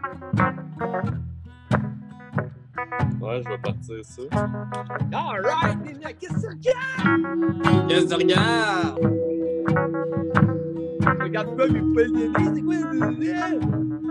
Ouais, je vais partir ça. Alright, les gars, qu'est-ce que tu regardes? Qu'est-ce que tu regardes? Tu regardes quoi, mes poils de nez? C'est quoi ce...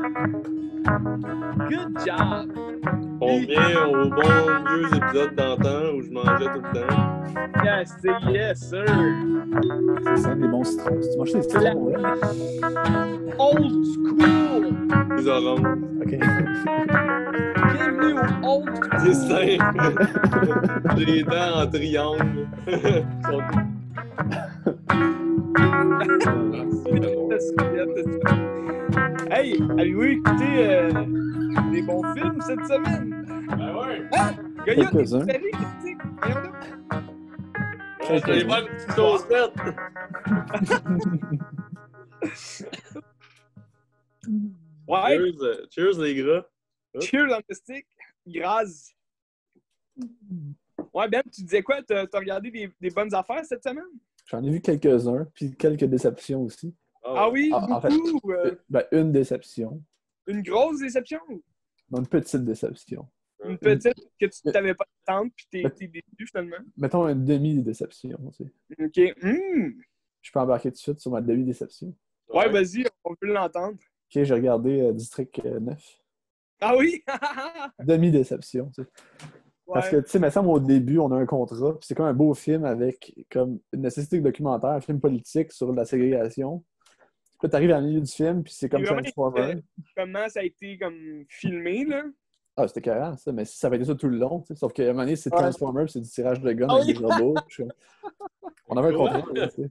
Good job! On revient aux bons vieux épisodes d'antan où je mangeais tout le temps. Yes, yes, sir! C'est ça, des bons citrons. Si tu manges des citrons, ouais. Old school! Les oranges. OK. Bienvenue au old school! C'est simple. J'ai les dents en triangle. Hey, avez-vous écouté des bons films cette semaine? Ben ouais. Hein? Gaïa, t'es Quelques-uns. série, tu sais? Voyons donc. Je vais aller voir une petite sauce faite. Ouais, Cheers les gras. cheers on the stick, grâce. Ouais, Ben, tu disais quoi? T'as regardé des bonnes affaires cette semaine? J'en ai vu quelques-uns, puis quelques déceptions aussi. Ah oui, En fait, beaucoup. Ben, une déception. Une grosse déception? Non, une petite déception. Une petite que tu t'avais pas attendre puis t'es déçu finalement? Mettons une demi-déception. Tu sais. OK. Je peux embarquer tout de suite sur ma demi-déception. Ouais, vas-y, on peut l'entendre. OK, j'ai regardé District 9. Ah oui? Demi-déception, tu sais. Parce que, tu sais, il me semble au début, on a un contrat, puis c'est comme un beau film avec comme une nécessité documentaire, un film politique sur la ségrégation. Puis là, t'arrives à la milieu du film, puis c'est comme Vraiment, Transformers. comment ça a été comme filmé, là? Ah, c'était carré, ça, mais ça avait été ça tout le long, tu sais. Sauf qu'à un moment donné, c'est Ouais. Transformers, puis c'est du tirage de guns Ah avec oui. des robots. Je suis comme- On avait un contrat, là, tu sais.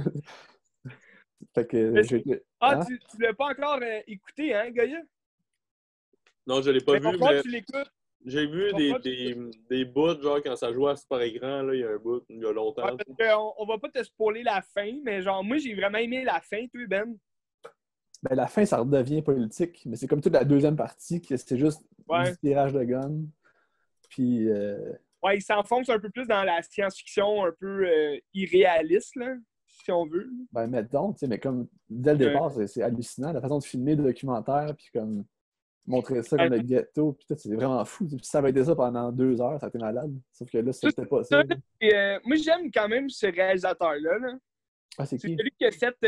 Fait que j'ai été... Ah, Hein? tu l'as pas encore écouté, hein, Gaïa? Non, je l'ai pas Mais vu, pourquoi mais tu l'écoutes? j'ai vu des bouts, genre quand ça jouait à super écran, là, il y a un bout, il y a longtemps. Ouais, parce qu'on va pas te spoiler la fin, mais genre, moi, j'ai vraiment aimé la fin, toi, Ben. Ben, la fin, ça redevient politique, mais c'est comme toute la deuxième partie, que c'est juste Ouais. du tirage de guns. Puis... Ouais, il s'enfonce un peu plus dans la science-fiction un peu irréaliste, là, si on veut. Ben, mettons, tu sais, mais comme dès le départ, c'est hallucinant, la façon de filmer le documentaire, puis comme montrer ça comme le ghetto, puis tout, c'est vraiment fou. Puis ça avait été ça pendant 2 heures, ça a été malade. Sauf que là, c'était pas ça. Et, moi, j'aime quand même ce réalisateur-là. Là. Ah, c'est C'est qui? celui qui a fait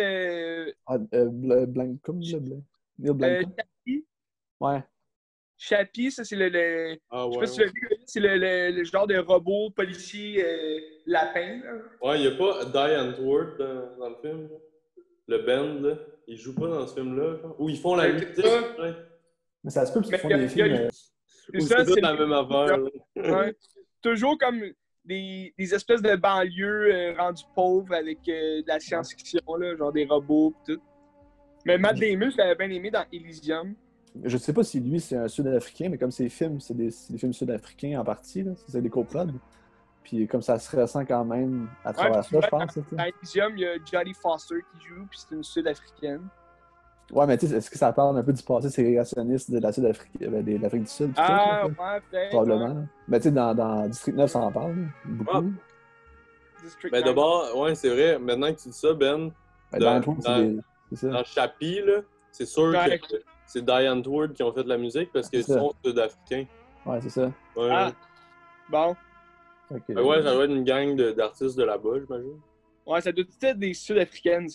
Blancum, le Blanc. Neil Blancum? Chappie. Ouais. Chappie, ça, c'est le Ah je sais ouais. pas si tu l'as vu, c'est le genre de robot policier lapin. Là. Ouais, il n'y a pas Diane Ward dans le film. Là. Le band, là. Ils jouent pas dans ce film-là. Genre. Ou ils font la Ouais, musique. c'est ça. Ouais. Mais ça se peut parce qu'ils font Mais des films... Ou ça, c'est c'est tout la même affaire. Là. Ouais. Toujours comme des espèces de banlieues rendues pauvres avec de la science-fiction, là, genre des robots et tout. Mais Matt Damon, je l'avais bien aimé dans Elysium. Je sais pas si lui, c'est un Sud-Africain, mais comme ses films, c'est des films sud-africains en partie, là. C'est des coprods. Puis comme ça se ressent quand même à travers ça, je pense. Dans Elysium, il y a Jodie Foster qui joue, puis c'est une Sud-Africaine. Ouais, mais tu sais, est-ce que ça parle un peu du passé ségrégationniste de la Sud-Afrique, de l'Afrique du Sud? Ah, tout, ouais, peut-être. probablement. Ouais. Mais tu sais, dans District 9, ça en parle, là, beaucoup. Ah. District Mais 9. d'abord, ouais, c'est vrai. Maintenant que tu dis ça, Ben, Mais dans Antwoord, c'est ça. dans Chappie, là, c'est sûr Ouais. que c'est Diane Ward qui ont fait la musique parce qu'ils C'est ça. sont sud-africains. Ouais, c'est ça. Ouais, Ah, bon. Fait que, ouais, ça doit être une gang d'artistes de là-bas, j'imagine. Ouais, ça doit être des Sud-Africaines.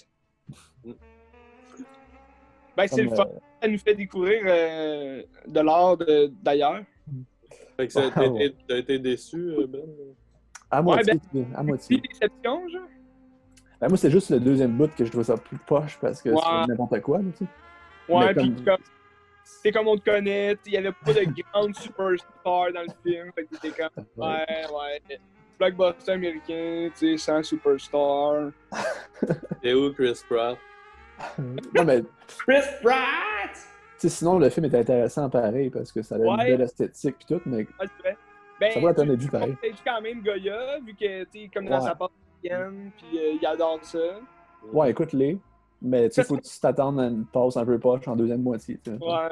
Ben, c'est Comme, le fun. Ça nous fait découvrir de l'art d'ailleurs. Fait que ça, Wow. t'as été déçu, Ben? à moitié. ben, À moitié. Petite déception, genre. Ben, moi, c'est juste le deuxième bout que je trouve ça plus poche parce que Ouais. c'est n'importe quoi, là, tu sais. Ouais, Mais puis comme- comme... C'est comme on te connaît, il n'y avait pas de grande superstar dans le film. Fait que t'étais comme, ouais. Blockbuster américain, tu sais, sans superstar. T'es où, Chris Pratt? Non, mais Chris Pratt! tu sais, sinon, le film est intéressant pareil parce que ça a une Ouais. belle esthétique et tout, mais Ouais, c'est vrai. Ben, ça vaut la peine d'être vu pareil. Tu quand même Goya, vu que, tu sais, comme dans Ouais. sa part puis il adore ça. Ouais, écoute-les. Mais tu sais, faut que tu t'attendes à une passe un peu poche en deuxième moitié. Tu sais. Ouais.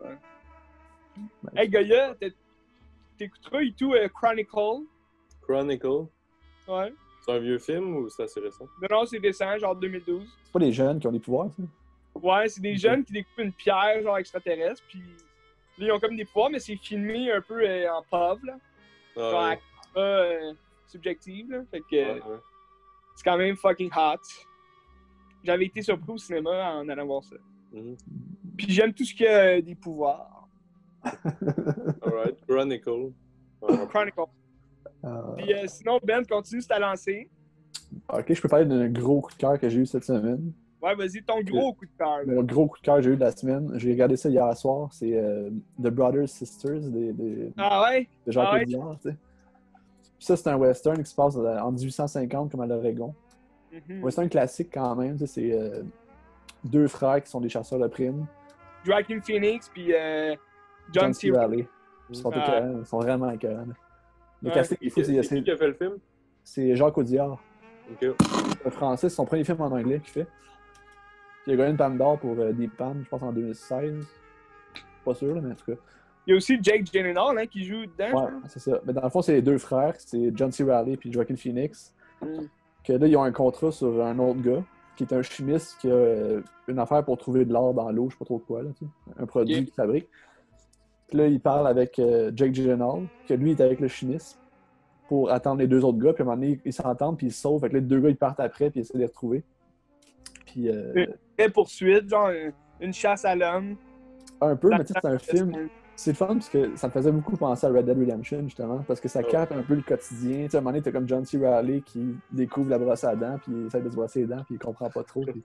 Hey, Goya, t'écouteras et tout Chronicle. Chronicle? Ouais. C'est un vieux film ou c'est assez récent? Non, c'est récent, genre 2012. C'est pas les jeunes qui ont des pouvoirs, ça? Ouais, c'est des jeunes qui découpent une pierre, genre extraterrestre, puis Là, ils ont comme des pouvoirs, mais c'est filmé un peu en POV, là. Genre Ah, à ouais. caméra subjective, là. Fait que Ouais, ouais. c'est quand même fucking hot. J'avais été surpris au cinéma en allant voir ça. Mhm. Puis j'aime tout ce qui a des pouvoirs. Alright, Chronicle. Ouais. Chronicle. Puis sinon, Ben, continue ta lancée. Ok, je peux parler d'un gros coup de cœur que j'ai eu cette semaine. Ouais, vas-y, ton gros coup de cœur. là. Mon gros coup de cœur que j'ai eu de la semaine, j'ai regardé ça hier soir, c'est The Brothers Sisters Ah ouais? de Jacques Ah ouais? Audiard, tu sais. Puis ça, c'est un western qui se passe en 1850 comme à l'Oregon. Mhm. Western classique quand même, tu sais, c'est deux frères qui sont des chasseurs de primes. Joaquin Phoenix, puis John C. Reilly. Ils sont Ah. écœurants, ils sont vraiment écœurants. Le Ouais. casting est fou, C'est qui qui a fait le film? c'est Jacques Audiard. Ok. Un français, c'est son premier film en anglais qu'il fait. Puis il a gagné une Palme d'Or pour Deep Pan, je pense en 2016. Pas sûr, là, mais en tout cas. Il y a aussi Jake Gyllenhaal hein, qui joue dedans. Ouais, c'est ça. Mais dans le fond, c'est les deux frères, c'est John C. Reilly et Joaquin Phoenix. Mm. Que là, ils ont un contrat sur un autre gars, qui est un chimiste qui a une affaire pour trouver de l'or dans l'eau, je sais pas trop quoi, là, tu sais. Un produit Ok. qu'il fabrique. Puis là, il parle avec Jake Gyllenhaal, que lui est avec le chimiste, pour attendre les deux autres gars. Puis à un moment donné, ils s'entendent, puis ils se sauvent. Fait que les deux gars, ils partent après, puis ils essaient de les retrouver. Puis Une poursuite, genre une chasse à l'homme. un peu, mais tu sais, c'est un film. C'est le fun parce que ça me faisait beaucoup penser à Red Dead Redemption, justement, parce que ça capte un peu le quotidien. Tu sais, à un moment donné, t'as comme John C. Reilly qui découvre la brosse à dents, puis il essaie de se brosser les dents, puis il comprend pas trop. Puis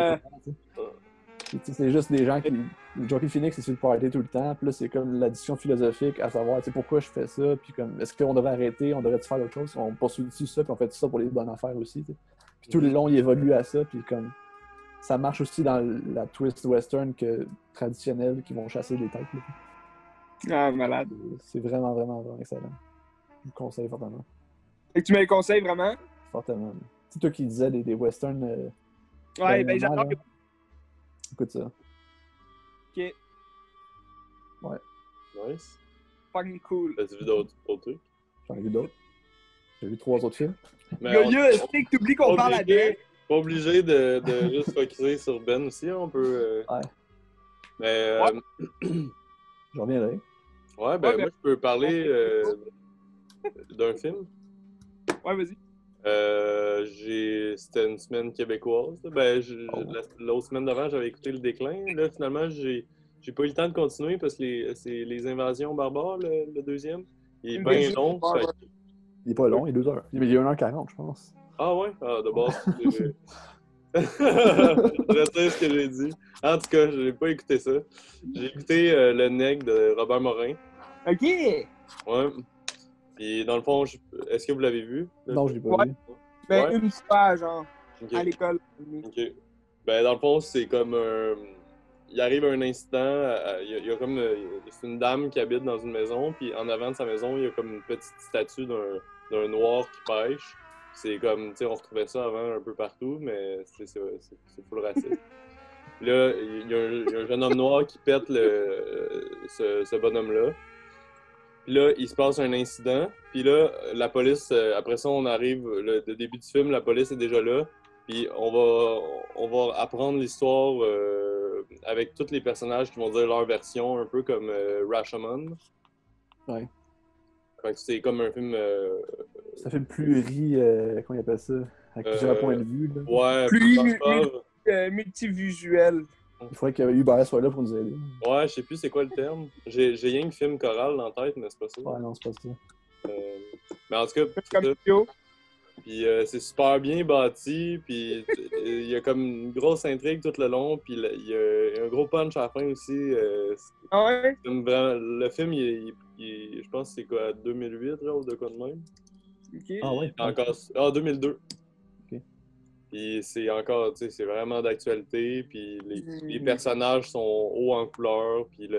tu sais, c'est juste des gens qui. Joaquin Phoenix, c'est sur le party tout le temps, puis là, c'est comme la discussion philosophique à savoir, tu sais, pourquoi je fais ça, puis comme, est-ce qu'on devrait arrêter, on devrait faire autre chose, on poursuit ça, puis on fait tout ça pour les bonnes affaires aussi, tu sais. Puis tout le long, il évolue à ça, puis comme. Ça marche aussi dans la twist western traditionnelle qui vont chasser des têtes. Là. Ah, malade. C'est vraiment, vraiment, vraiment excellent. Je vous conseille fortement. Et tu me le conseilles vraiment? Fortement. C'est toi qui disais des westerns. Ouais, ben j'adore. Là. Écoute ça. Ok, Ouais, Nice. fucking cool. T'as-tu vu d'autres trucs? j'en ai vu d'autres. J'ai vu 3 autres films. Mais Yo, est-ce que t'oublies qu'on parle à Ben? Pas obligé de juste focuser sur Ben aussi, on peut. Ouais. Mais Je reviendrai. ouais, ben Ouais, moi je peux parler d'un film. Ouais, vas-y. C'était une semaine québécoise. Ben, l'autre semaine d'avant, j'avais écouté Le Déclin. Là, finalement, j'ai pas eu le temps de continuer parce que c'est les invasions barbares, le deuxième. Il est bien long. Ouais, ouais. Il est pas long, il est 2 heures. Il est 1h40, je pense. Ah ouais? Ah, de base, je retire ce que j'ai dit. En tout cas, je n'ai pas écouté ça. J'ai écouté Le Nègre de Robert Morin. Ok! Ouais. Puis dans le fond, est-ce que vous l'avez vu? Non, je l'ai pas Ouais. vu. Ben, Ouais. une fois, genre, Ok. à l'école. Ok. Ben, dans le fond, c'est comme il arrive un incident, il y a comme c'est une dame qui habite dans une maison, puis en avant de sa maison, il y a comme une petite statue d'un noir qui pêche. C'est comme, tu sais, on retrouvait ça avant un peu partout, mais c'est full raciste. Là, il y a un jeune homme noir qui pète ce bonhomme-là. Puis là, il se passe un incident. Puis là, la police, après ça, on arrive, le début du film, la police est déjà là. Puis on va apprendre l'histoire avec tous les personnages qui vont dire leur version, un peu comme Rashomon. Ouais. Fait que c'est comme un film... Ça fait le comment il appelle ça? Avec plusieurs points de vue. Là. Ouais, Plus pas- multivisuel. Il faudrait que Hubert soit là pour nous aider. Ouais, je sais plus c'est quoi le terme. J'ai rien que film choral dans la tête, mais c'est pas ça. Ouais, non, c'est pas ça. Mais en tout cas, c'est Comme ça. Yo. Puis c'est super bien bâti, puis il y a comme une grosse intrigue tout le long, puis il y a un gros punch à la fin aussi. Ah ouais? Le film, je pense que c'est quoi, 2008, genre, ou de quoi de même? Ok. Ah ouais? Encore, 2002. Ok. Puis c'est encore, tu sais, c'est vraiment d'actualité, puis les personnages sont hauts en couleur, puis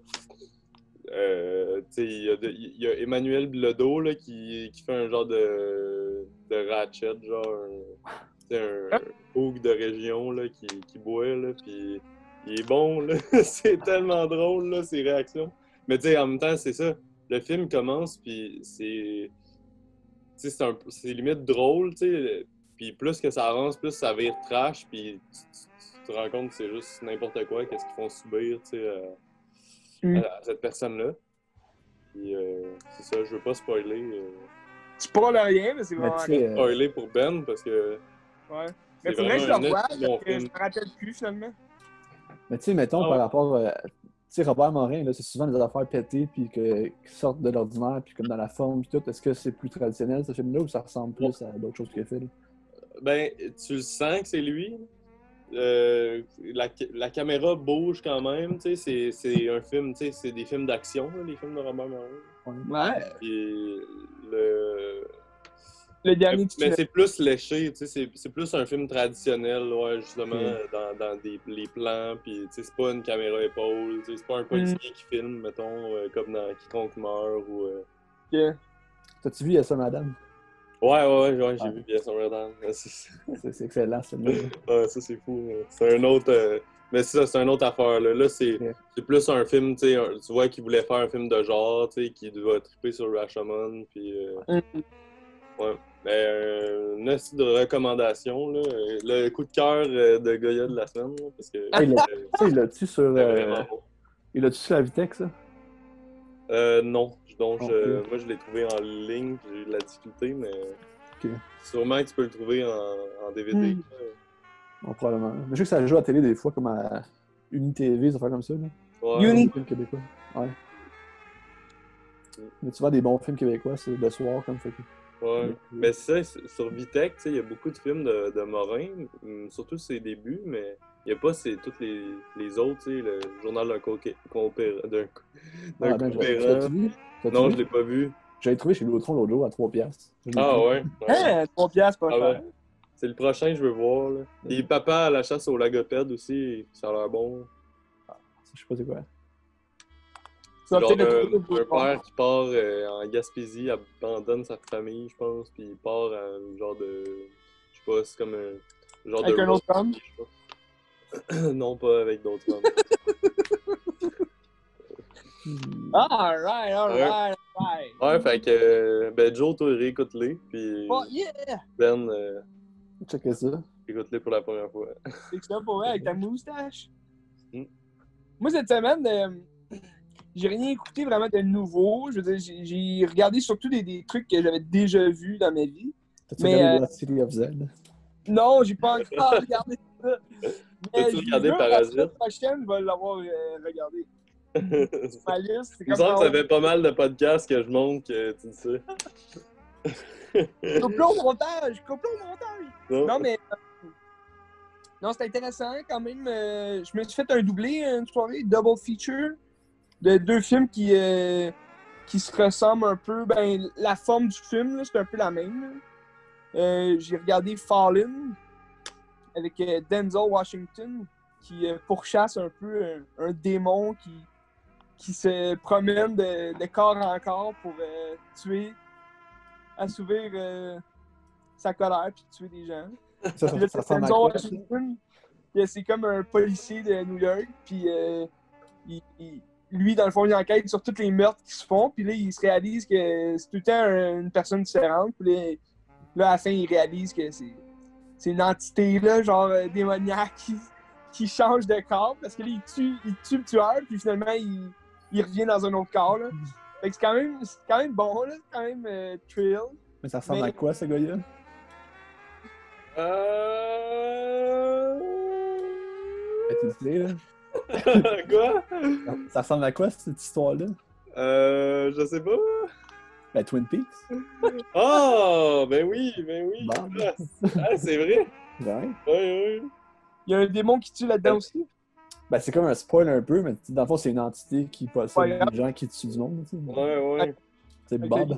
tu sais, il y a Emmanuel Bilodeau là, qui fait un genre de Ratchet, genre un hook de région là, qui boit, là, puis il est bon, là. C'est tellement drôle, là, ses réactions. Mais tu sais, en même temps, c'est ça. Le film commence, puis c'est limite drôle, tu sais. Puis plus que ça avance, plus ça vire trash, puis tu te rends compte que c'est juste n'importe quoi, qu'est-ce qu'ils font subir, tu sais. à cette personne-là. Puis c'est ça, je veux pas spoiler. Tu parles rien, mais c'est Mais vraiment... tu sais, Spoiler pour Ben parce que Ouais. c'est Mais faudrait que je le vraiment un revoie, esti bon parce que je film. me rappelle plus, finalement. mais tu sais, mettons, Ah par ouais. rapport. Tu sais, Robert Morin, là, c'est souvent des affaires pétées, puis qui sortent de l'ordinaire, puis comme dans la forme, puis tout. Est-ce que c'est plus traditionnel, ce film-là, ou ça ressemble plus à d'autres choses qu'il a fait? Là? Ben, tu le sens que c'est lui. La caméra bouge quand même, tu sais, c'est un film, tu sais, c'est des films d'action, là, les films de Robert Morin. Ouais. Puis le... Le dernier Mais tunnel. c'est plus léché, tu sais, c'est plus un film traditionnel, ouais, justement, Ok. dans les plans, puis tu sais, c'est pas une caméra épaule, tu sais, c'est pas un policier qui filme, mettons, comme dans Quiconque meurt, ou... Ok. T'as-tu vu Il y a ça, madame? Ouais, j'ai Ouais. vu bien son Redon. C'est excellent, ce film-là. Ouais, ça c'est fou. C'est un autre. Mais ça, c'est une autre affaire. Là c'est Ok. plus un film, tu sais, tu vois qu'il voulait faire un film de genre, tu sais, qui doit triper sur Rashomon, puis ouais. Mais une astuce de recommandation, là, le coup de cœur de Goya de la semaine, là, parce que Ah, il l'a-tu sur. c'est vraiment bon. Il l'a-tu sur la Vitex, ça? Non, donc Ok. moi je l'ai trouvé en ligne, j'ai eu de la difficulté, mais Ok. sûrement que tu peux le trouver en DVD. Bon, probablement. Mais je sais que ça joue à la télé des fois, comme à UniTV, des affaires comme ça. Là. Ouais. Uni. Des films québécois. Ouais. Mais tu vois des bons films québécois, c'est le soir, comme fait que. Ouais. Mais ça, sur Vitech, il y a beaucoup de films de Morin, surtout ses débuts, mais il n'y a pas tous les autres, tu sais, le journal d'un Ah, ben, coopérant. l'as-tu vu? Non, je l'ai pas vu. J'avais trouvé chez Lotron l'autre jour à 3 piastres. Je l'ai Ah pris. ouais. Hein, 3 piastres, pas Ah cher. ouais. C'est le prochain que je veux voir. Là. Et Papa à la chasse au logopède aussi, ça a l'air bon. Je sais pas c'est quoi. Ça C'est va genre peut-être le trouver un au père qui part en Gaspésie, abandonne sa famille, je pense, puis il part à un genre de... Je sais pas, c'est comme un genre Avec de... un autre homme? je sais pas. Non, pas avec d'autres hommes. Alright. Ouais, fait que, ben Joe, toi, réécoute-les, puis Oh yeah! Ben, Checker ça. écoute-les pour la première fois. C'est que ça pour vrai, avec ta moustache. Mm. Moi, cette semaine, j'ai rien écouté vraiment de nouveau. Je veux dire, j'ai regardé surtout des trucs que j'avais déjà vus dans ma vie. T'as-tu Mais, regardé la City of Z? Non, j'ai pas encore regardé ça. T'as-tu regardé Parasite? La semaine prochaine, je vais l'avoir regardé. Ma liste, c'est Il me comme semble que ça fait pas mal de podcasts que je montre que tu dis ça. Complot montage! Non? Non, mais... Non, c'est intéressant quand même. Je me suis fait un doublé une soirée, double feature, de 2 films qui se ressemblent un peu. Ben, la forme du film, là, c'est un peu la même. J'ai regardé Fallen avec Denzel Washington qui pourchasse un peu un démon qui se promène de corps en corps pour tuer, assouvir sa colère puis tuer des gens. Ça Puis là, ressemble à Denzel quoi, ça? Washington, c'est comme un policier de New York, puis lui, dans le fond, il enquête sur tous les meurtres qui se font, puis là, il se réalise que c'est tout le temps une personne différente, puis là, à la fin, il réalise que c'est une entité, là, genre démoniaque, qui change de corps, parce que là, il tue le tueur, puis finalement, il revient dans un autre corps, là. Fait que c'est quand même bon, là, c'est quand même thrill. Mais ça ressemble à quoi, ce gars-là? Tu le sais, là? Quoi? Ça ressemble à quoi, cette histoire-là? Je sais pas. Ben, Twin Peaks. Ah, ben oui. Bon. Ah, c'est vrai. Ouais. Ouais. Il y a un démon qui tue là-dedans aussi. Ben, c'est comme un spoil un peu, mais dans le fond, c'est une entité qui possède Ouais. des gens qui tuent du monde. Tu sais. Ouais. C'est Bob.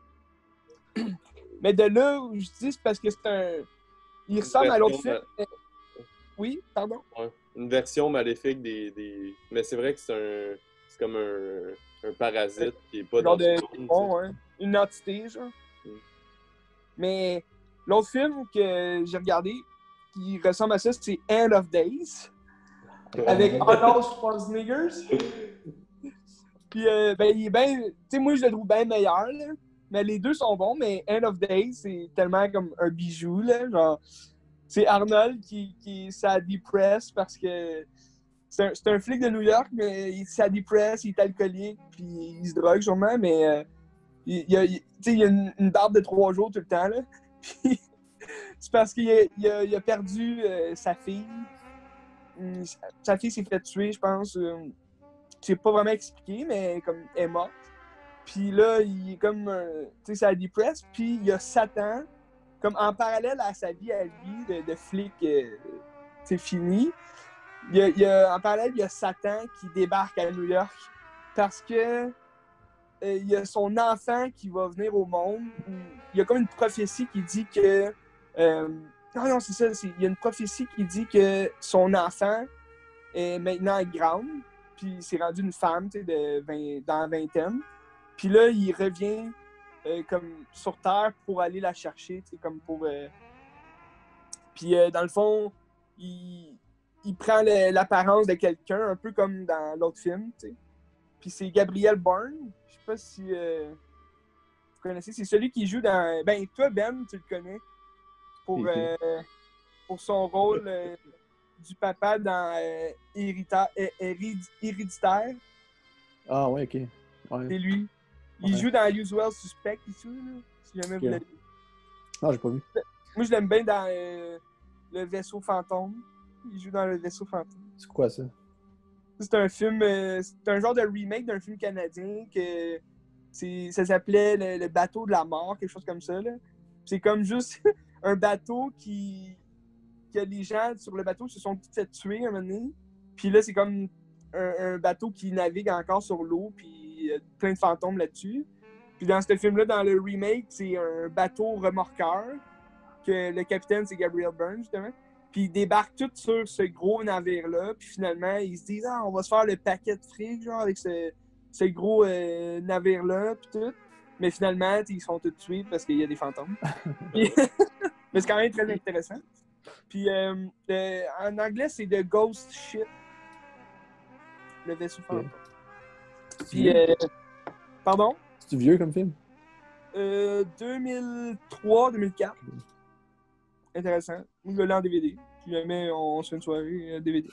Mais de là où je dis, c'est parce que c'est un... Il ressemble à l'autre film. Oui, pardon? Ouais. Une version maléfique des... Mais c'est vrai que c'est comme un parasite qui est pas Genre dans de ce monde, démon, ouais. Une entité, genre. Mm. Mais l'autre film que j'ai regardé qui ressemble à ça, c'est End of Days. Avec Arnold Schwarzenegger. Puis, ben, il est bien... Tu sais, moi, je le trouve bien meilleur, là. Mais les deux sont bons, mais End of Days, c'est tellement comme un bijou, là. Genre, c'est Arnold qui ça dépresse parce que c'est un flic de New York, mais ça dépresse, il est alcoolique, puis il se drogue sûrement, mais il y a une barbe de 3 jours tout le temps, là. Puis c'est parce qu'il a perdu sa fille. Sa fille s'est fait tuer, je pense. C'est pas vraiment expliqué, mais comme elle est morte. Puis là, il est comme, tu sais, ça dépresse. Puis il y a Satan, comme en parallèle à sa vie à lui, de flic, c'est fini. En parallèle, il y a Satan qui débarque à New York parce que il y a son enfant qui va venir au monde. Il y a comme une prophétie qui dit que... non, c'est ça. Il y a une prophétie qui dit que son enfant est maintenant grande, puis c'est rendu une femme, tu sais, dans la vingtaine. Puis là, il revient comme sur Terre pour aller la chercher, tu sais, comme pour... Puis dans le fond, il prend l'apparence de quelqu'un, un peu comme dans l'autre film, tu sais. Puis c'est Gabriel Byrne. Je sais pas si vous connaissez. C'est celui qui joue dans... Ben, toi, Ben, tu le connais. Pour son rôle du papa dans Héréditaire. Ah, ouais, ok. Ouais. C'est lui. Il joue dans Usual Suspect et tout, là, si jamais vous l'avez vu. Non, j'ai pas vu. Moi, je l'aime bien dans Le Vaisseau Fantôme. Il joue dans Le Vaisseau Fantôme. C'est quoi ça? C'est un film, c'est un genre de remake d'un film canadien que ça s'appelait le bateau de la mort, quelque chose comme ça, là. C'est comme juste un bateau que les gens sur le bateau se sont tous fait tuer un moment donné. Puis là, c'est comme un bateau qui navigue encore sur l'eau, puis il y a plein de fantômes là-dessus. Puis dans ce film-là, dans le remake, c'est un bateau remorqueur, que le capitaine, c'est Gabriel Byrne, justement. Puis ils débarquent tous sur ce gros navire-là, puis finalement, ils se disent « Ah, on va se faire le paquet de fric, genre, avec ce gros navire-là, puis tout. » Mais finalement, ils sont tous tués parce qu'il y a des fantômes. Puis... Mais c'est quand même très intéressant. Puis en anglais, c'est The Ghost Ship. Le vaisseau fantôme. Puis, pardon? C'est vieux comme film? 2003-2004. Intéressant. Moi, je l'ai en DVD. Si jamais on se fait une soirée DVD.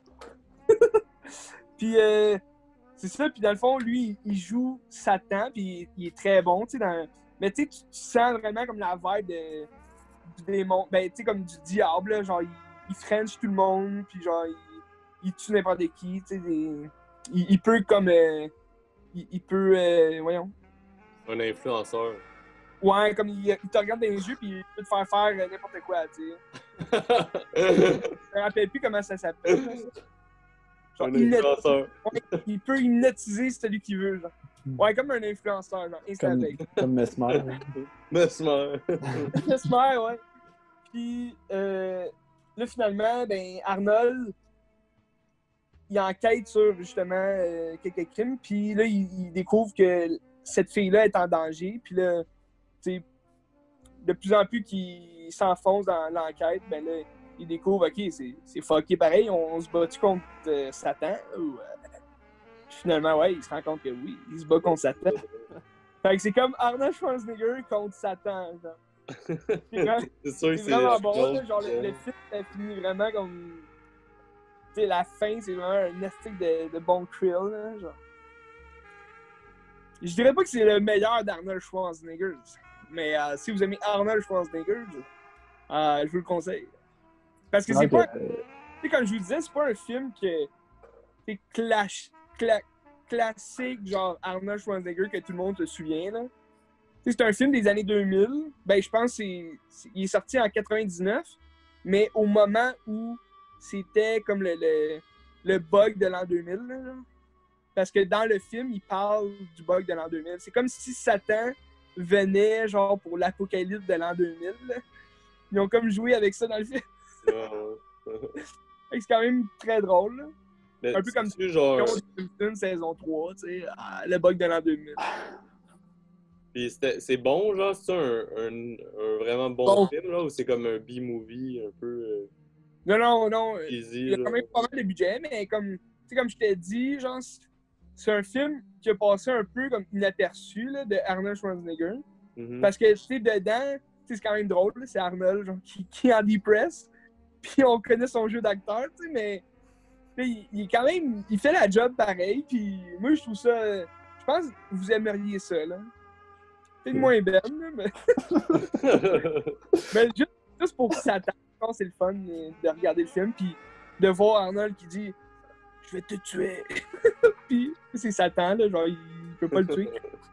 Puis, c'est ça. Puis, dans le fond, lui, il joue Satan. Puis, il est très bon. Mais tu sais, tu sens vraiment comme la vibe du démon. Ben, tu sais, comme du diable. Là, genre, il french tout le monde. Puis, genre, il tue n'importe qui. Tu sais, il peut comme. Il peut. Voyons. Un influenceur. Ouais, comme il te regarde dans les yeux puis il peut te faire n'importe quoi, tu sais. Je me rappelle plus comment ça s'appelle. Genre, Un influenceur. Il peut hypnotiser celui qu'il veut, genre. Ouais, comme un influenceur, genre. Comme Mesmer. Mesmer. Mesmer, ouais. Puis là, finalement, ben, Arnold, il enquête sur, justement, quelques crimes. Puis là, il découvre que cette fille-là est en danger. Puis là, tu sais, de plus en plus qu'il s'enfonce dans l'enquête, ben là, il découvre, OK, c'est fucké pareil, on se bat-tu contre Satan? Ou, finalement, ouais, il se rend compte que oui, il se bat contre Satan. Fait que c'est comme Arnold Schwarzenegger contre Satan, genre. C'est sûr que c'est vraiment bon, là, genre le film a fini vraiment comme... Tu sais, la fin, c'est vraiment un estique de bon thrill, là, genre. Je dirais pas que c'est le meilleur d'Arnold Schwarzenegger, mais si vous aimez Arnold Schwarzenegger, je vous le conseille. Parce que c'est pas... Tu sais, comme je vous disais, c'est pas un film que... C'est classique, genre Arnold Schwarzenegger, que tout le monde se souvient, là. C'est un film des années 2000. Ben, je pense qu'il est sorti en 99, mais au moment où c'était comme le bug de l'an 2000, là. Parce que dans le film, il parle du bug de l'an 2000. C'est comme si Satan venait, genre, pour l'apocalypse de l'an 2000. Là. Ils ont comme joué avec ça dans le film. C'est quand même très drôle, là. Mais un peu comme genre... une saison 3, tu sais, le bug de l'an 2000. Puis c'est bon, genre, c'est un vraiment bon film, là, ou c'est comme un B-movie un peu... Non. Easy, il y a quand même pas mal de budget, mais comme je t'ai dit, genre, c'est un film qui a passé un peu comme inaperçu là, de Arnold Schwarzenegger. Mm-hmm. Parce que, tu sais, dedans, c'est quand même drôle, là, c'est Arnold genre, qui est en depress. Puis on connaît son jeu d'acteur, tu sais, mais il est quand même. Il fait la job pareil, puis moi, je trouve ça. Je pense que vous aimeriez ça, là. Peut-être moins belle, là, mais. Mais juste pour qu'il s'attende, je pense que c'est le fun de regarder le film, puis de voir Arnold qui dit je vais te tuer. Puis c'est Satan, là, genre, il peut pas le tuer.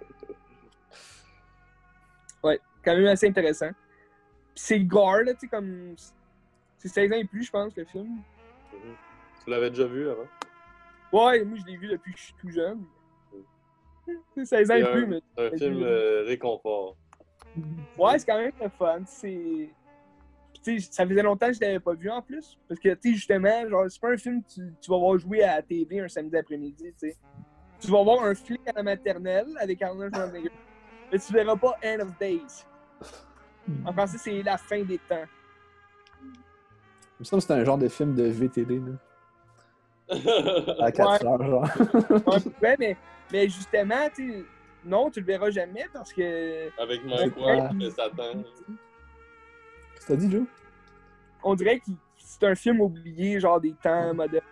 Ouais, quand même assez intéressant. Puis c'est gore, là, tu sais, comme. C'est 16 ans et plus, je pense, le film. Tu l'avais déjà vu avant? Ouais, moi, je l'ai vu depuis que je suis tout jeune. C'est 16 ans et plus, mais. C'est un film réconfort. Ouais, c'est quand même le fun. C'est. Tu sais, ça faisait longtemps que je l'avais pas vu en plus. Parce que, tu sais, justement, genre, c'est pas un film que tu vas voir jouer à la TV un samedi après-midi, tu sais. Tu vas voir un flic à la maternelle avec Arnold Schwarzenegger. Mais tu verras pas End of Days. En français, c'est la fin des temps. Il me semble que c'est un genre de film de VTD, là. À 4 heures, genre. Ouais, mais justement, tu sais, non, tu le verras jamais parce que. Avec Mike Ward et Satan. Qu'est-ce que t'as dit, Joe? On dirait que c'est un film oublié, genre des temps modernes.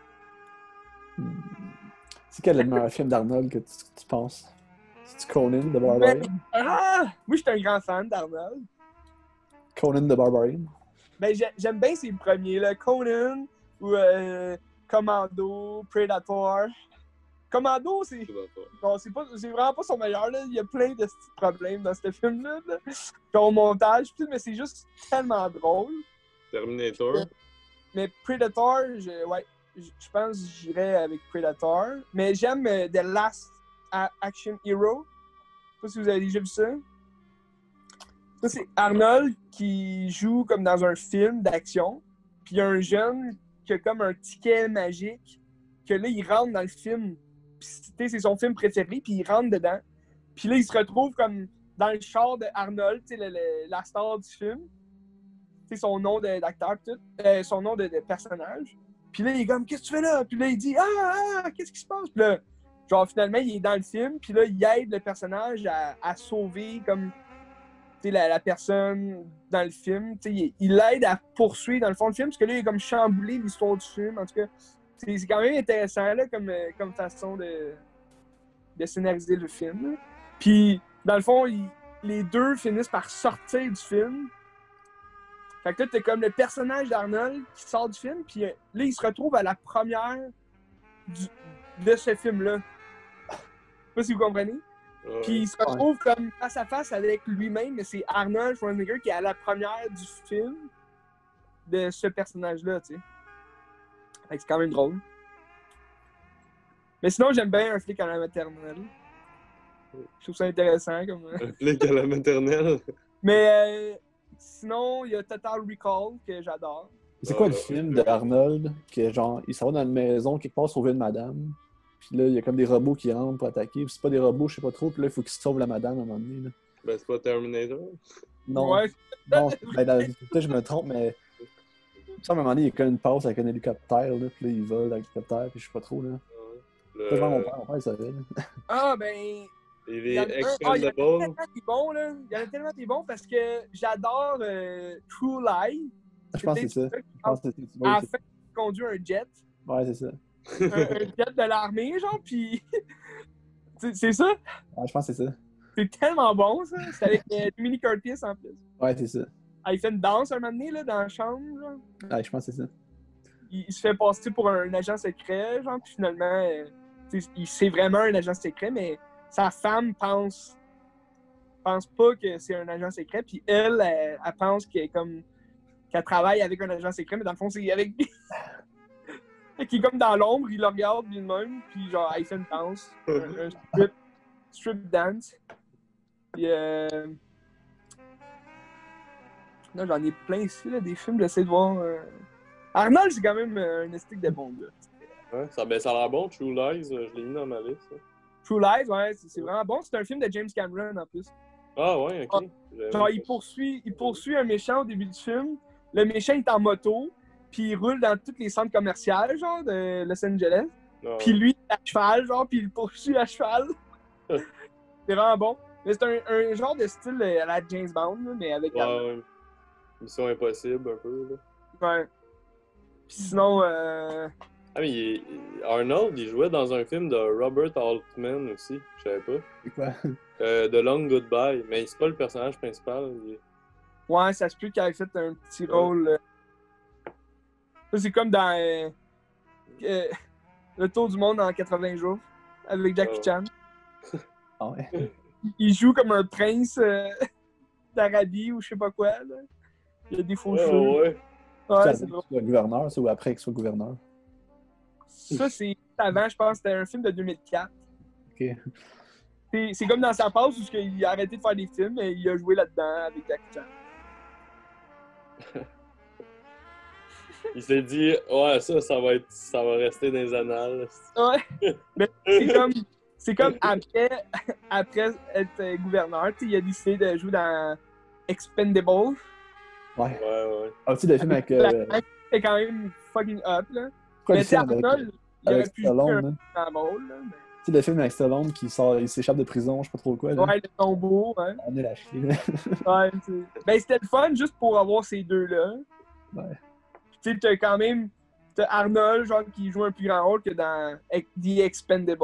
C'est quel est le meilleur film d'Arnold que tu penses? C'est-tu Conan the Barbarian? Moi, je suis un grand fan d'Arnold. Conan the Barbarian? Ben, j'aime bien ces premiers, là. Conan ou Commando, Predator. Commando, c'est vraiment pas son meilleur, là. Il y a plein de petits problèmes dans ce film-là. Là. Genre au montage, mais c'est juste tellement drôle. Terminator. Mais Predator, je pense que j'irais avec Predator. Mais j'aime The Last Action Hero. Je sais pas si vous avez déjà vu ça. Ça, c'est Arnold qui joue comme dans un film d'action. Puis il y a un jeune qui a comme un ticket magique. Que là, il rentre dans le film. Puis c'est son film préféré. Puis il rentre dedans. Puis là, il se retrouve comme dans le char de Arnold, la star du film. Son nom d'acteur, tout. Son nom de personnage. Puis là, il est comme, qu'est-ce que tu fais là? Puis là, il dit, qu'est-ce qui se passe? Puis là, genre, finalement, il est dans le film. Puis là, il aide le personnage à sauver, comme, la personne dans le film. Il l'aide à poursuivre, dans le fond, le film. Parce que là, il est comme chamboulé l'histoire du film. En tout cas, c'est quand même intéressant, là, comme façon de scénariser le film. Là. Puis, dans le fond, les deux finissent par sortir du film. Fait que là, t'es comme le personnage d'Arnold qui sort du film, puis là, il se retrouve à la première de ce film-là. Je sais pas si vous comprenez. Puis il se retrouve comme face à face avec lui-même, mais c'est Arnold Schwarzenegger qui est à la première du film de ce personnage-là, tu sais. Fait que c'est quand même drôle. Mais sinon, j'aime bien Un flic à la maternelle. Je trouve ça intéressant. Comme... Un flic à la maternelle? Mais sinon, il y a Total Recall que j'adore. C'est quoi le film de Arnold que genre, il s'en va dans une maison quelque part sauver une madame? Puis là, il y a comme des robots qui rentrent pour attaquer. Puis c'est pas des robots, je sais pas trop. Puis là, il faut qu'ils sauvent la madame à un moment donné. Là. Ben, c'est pas Terminator? Non. Ouais. Non, peut-être je me trompe, mais. Ça, à un moment donné, il y a comme une passe avec un hélicoptère. Là, puis là, il vole dans l'hélicoptère. Puis je sais pas trop. Là. Mon père, il savait. Ah, ben. Il est Expendables. Il y en a tellement qui bons, là. Il y en a tellement qui bons parce que j'adore True Lie. Je pense que c'est ça. En fait, il conduit un jet. Ouais, c'est ça. un jet de l'armée, genre, puis. c'est ça? Ouais, je pense que c'est ça. C'est tellement bon, ça. C'est avec Dominic Curtis en plus. Ouais, c'est ça. Ah, il fait une danse un moment donné, là, dans la chambre, genre. Ouais, je pense que c'est ça. Il se fait passer pour un agent secret, genre, puis finalement, c'est vraiment un agent secret, mais sa femme pense pas que c'est un agent secret, puis elle pense qu'elle travaille avec un agent secret, mais dans le fond, c'est avec qui est comme dans l'ombre, il le regarde lui-même, puis genre, il fait une danse, un strip dance. Puis là, j'en ai plein ici, là, des films, j'essaie de voir. Arnold, c'est quand même un esthétique de bon gars. Ouais, ça a l'air bon, True Lies, je l'ai mis dans ma liste. Ça. True Lies, ouais, c'est vraiment bon. C'est un film de James Cameron en plus. Ah ouais, ok. Genre, il poursuit un méchant au début du film. Le méchant est en moto, puis il roule dans tous les centres commerciaux, genre, de Los Angeles. Ah, puis lui, il est à cheval, genre, puis il le poursuit à cheval. C'est vraiment bon. Mais c'est un genre de style à la James Bond, là, mais avec... Ouais. Mission Impossible, un peu, là. Ouais. Puis sinon, Ah, mais Arnold, il jouait dans un film de Robert Altman aussi, je savais pas. C'est quoi? The Long Goodbye, mais c'est pas le personnage principal. Ouais, ça se peut qu'il ait fait un petit rôle. Ça, c'est comme dans Le Tour du monde en 80 jours avec Jackie Chan. Ah ouais. Il joue comme un prince d'Arabie ou je sais pas quoi. Là. Il a des faux cheveux. Ouais, c'est drôle. Le gouverneur, ça, ou après qu'il soit gouverneur? Ça, c'est avant, je pense. C'était un film de 2004. Ok. C'est comme dans sa passe où il a arrêté de faire des films et il a joué là-dedans avec Jackie Chan. Il s'est dit, ouais, ça va rester dans les annales. Ouais. Mais c'est comme après être gouverneur, il a décidé de jouer dans Expendable. Ouais. Ouais. Ah, tu sais, le film avec. C'est quand même fucking up, là. Quoi, Mais le film avec, Arnold, il aurait pu jouer Stallone, un rôle, là. Tu sais, le film avec Stallone qui sort, il s'échappe de prison, je sais pas trop quoi. Là. Ouais, le tombeau, ouais. On est lâché. Ouais, ben, c'était le fun juste pour avoir ces deux-là. Ouais. Tu sais, t'as Arnold, genre, qui joue un plus grand rôle que dans The Expendable.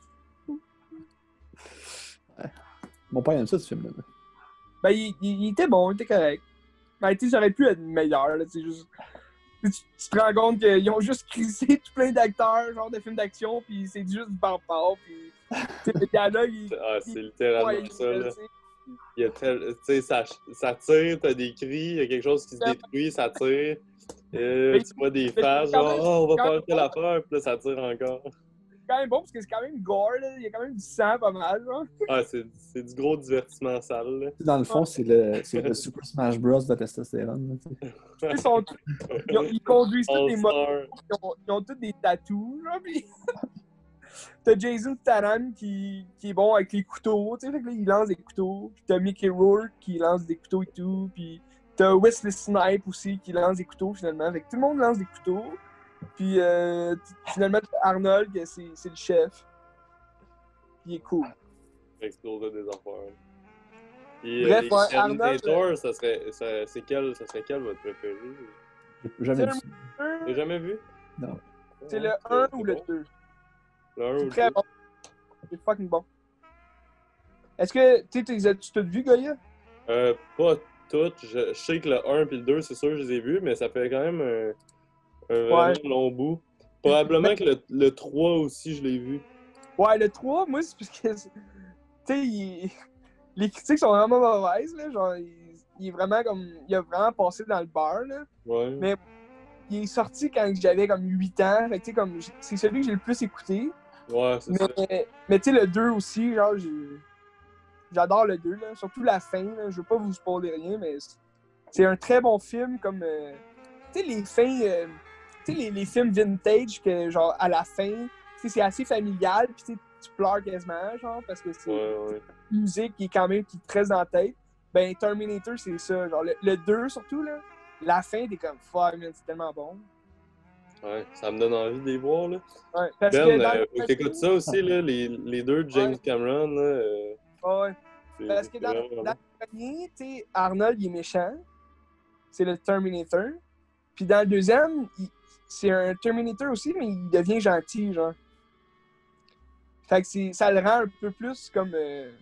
Ouais. Mon père aime ça, ce film-là. Ben, il était bon, il était correct. Ben, tu sais, ça aurait pu être meilleur, là, tu juste... Tu te rends compte qu'ils ont juste crissé tout plein d'acteurs, genre de films d'action, pis c'est juste du barbare, pis... Tu sais, le dialogue, c'est littéralement ça, là. Il y a tu sais, ça tire, t'as des cris, il y a quelque chose qui se détruit, ça tire. Tu vois des faces, genre, on va faire telle affaire, puis là, ça tire encore. C'est quand même bon, parce que c'est quand même gore, là. Il y a quand même du sang pas mal, genre. Ah, c'est du gros divertissement sale, là. Dans le fond, c'est le Super Smash Bros. De la testostérone. Ils conduisent tous des motos, ils ont tous des tatous, genre, pis... T'as Jason Statham qui est bon avec les couteaux, tu sais, fait que là, il lance des couteaux. Puis t'as Mickey Rourke qui lance des couteaux et tout. Puis t'as Wesley Snipes aussi qui lance des couteaux finalement. Fait que tout le monde lance des couteaux. Puis finalement, t'as Arnold, c'est le chef. Puis il est cool. Exploser des affaires. Puis, bref, les Arnold. ça serait quel votre préféré? J'ai jamais vu. J'ai jamais vu? Non. C'est le 1 ou le 2. Le 1 ou le 2? C'est très bon. C'est fucking bon. Est-ce que tu as tout vu, Goya? Pas toutes. Je sais que le 1 et le 2, c'est sûr que je les ai vus, mais ça fait quand même un vraiment long bout. Probablement que le 3 aussi, je l'ai vu. Ouais, le 3, moi, c'est parce que, tu sais, les critiques sont vraiment mauvaises, là. Genre, il est vraiment comme. Il a vraiment passé dans le beurre, là. Ouais. Mais il est sorti quand j'avais comme 8 ans. Fait que, tu sais, comme. C'est celui que j'ai le plus écouté. Ouais, c'est ça. Mais tu sais, le 2 aussi, genre, j'adore le 2, là. Surtout la fin, là. Je veux pas vous spoiler rien, mais c'est un très bon film, comme. Tu sais, les fins. Tu sais, les films vintage, que, genre, à la fin, tu sais, c'est assez familial, pis tu pleures quasiment, genre, parce que c'est une musique qui est quand même qui te reste dans la tête. Ben, Terminator, c'est ça. Genre, le 2, surtout, là, la fin, t'es comme, fuck, man, c'est tellement bon. Ouais, ça me donne envie de les voir, là. Ouais, parce Ben, que faut que t'écoutes ça aussi, là, les deux de James Cameron, là. Ouais. Parce que dans le premier, tu sais, Arnold, il est méchant. C'est le Terminator. Puis dans le deuxième, c'est un Terminator aussi, mais il devient gentil, genre. Fait que ça le rend un peu plus comme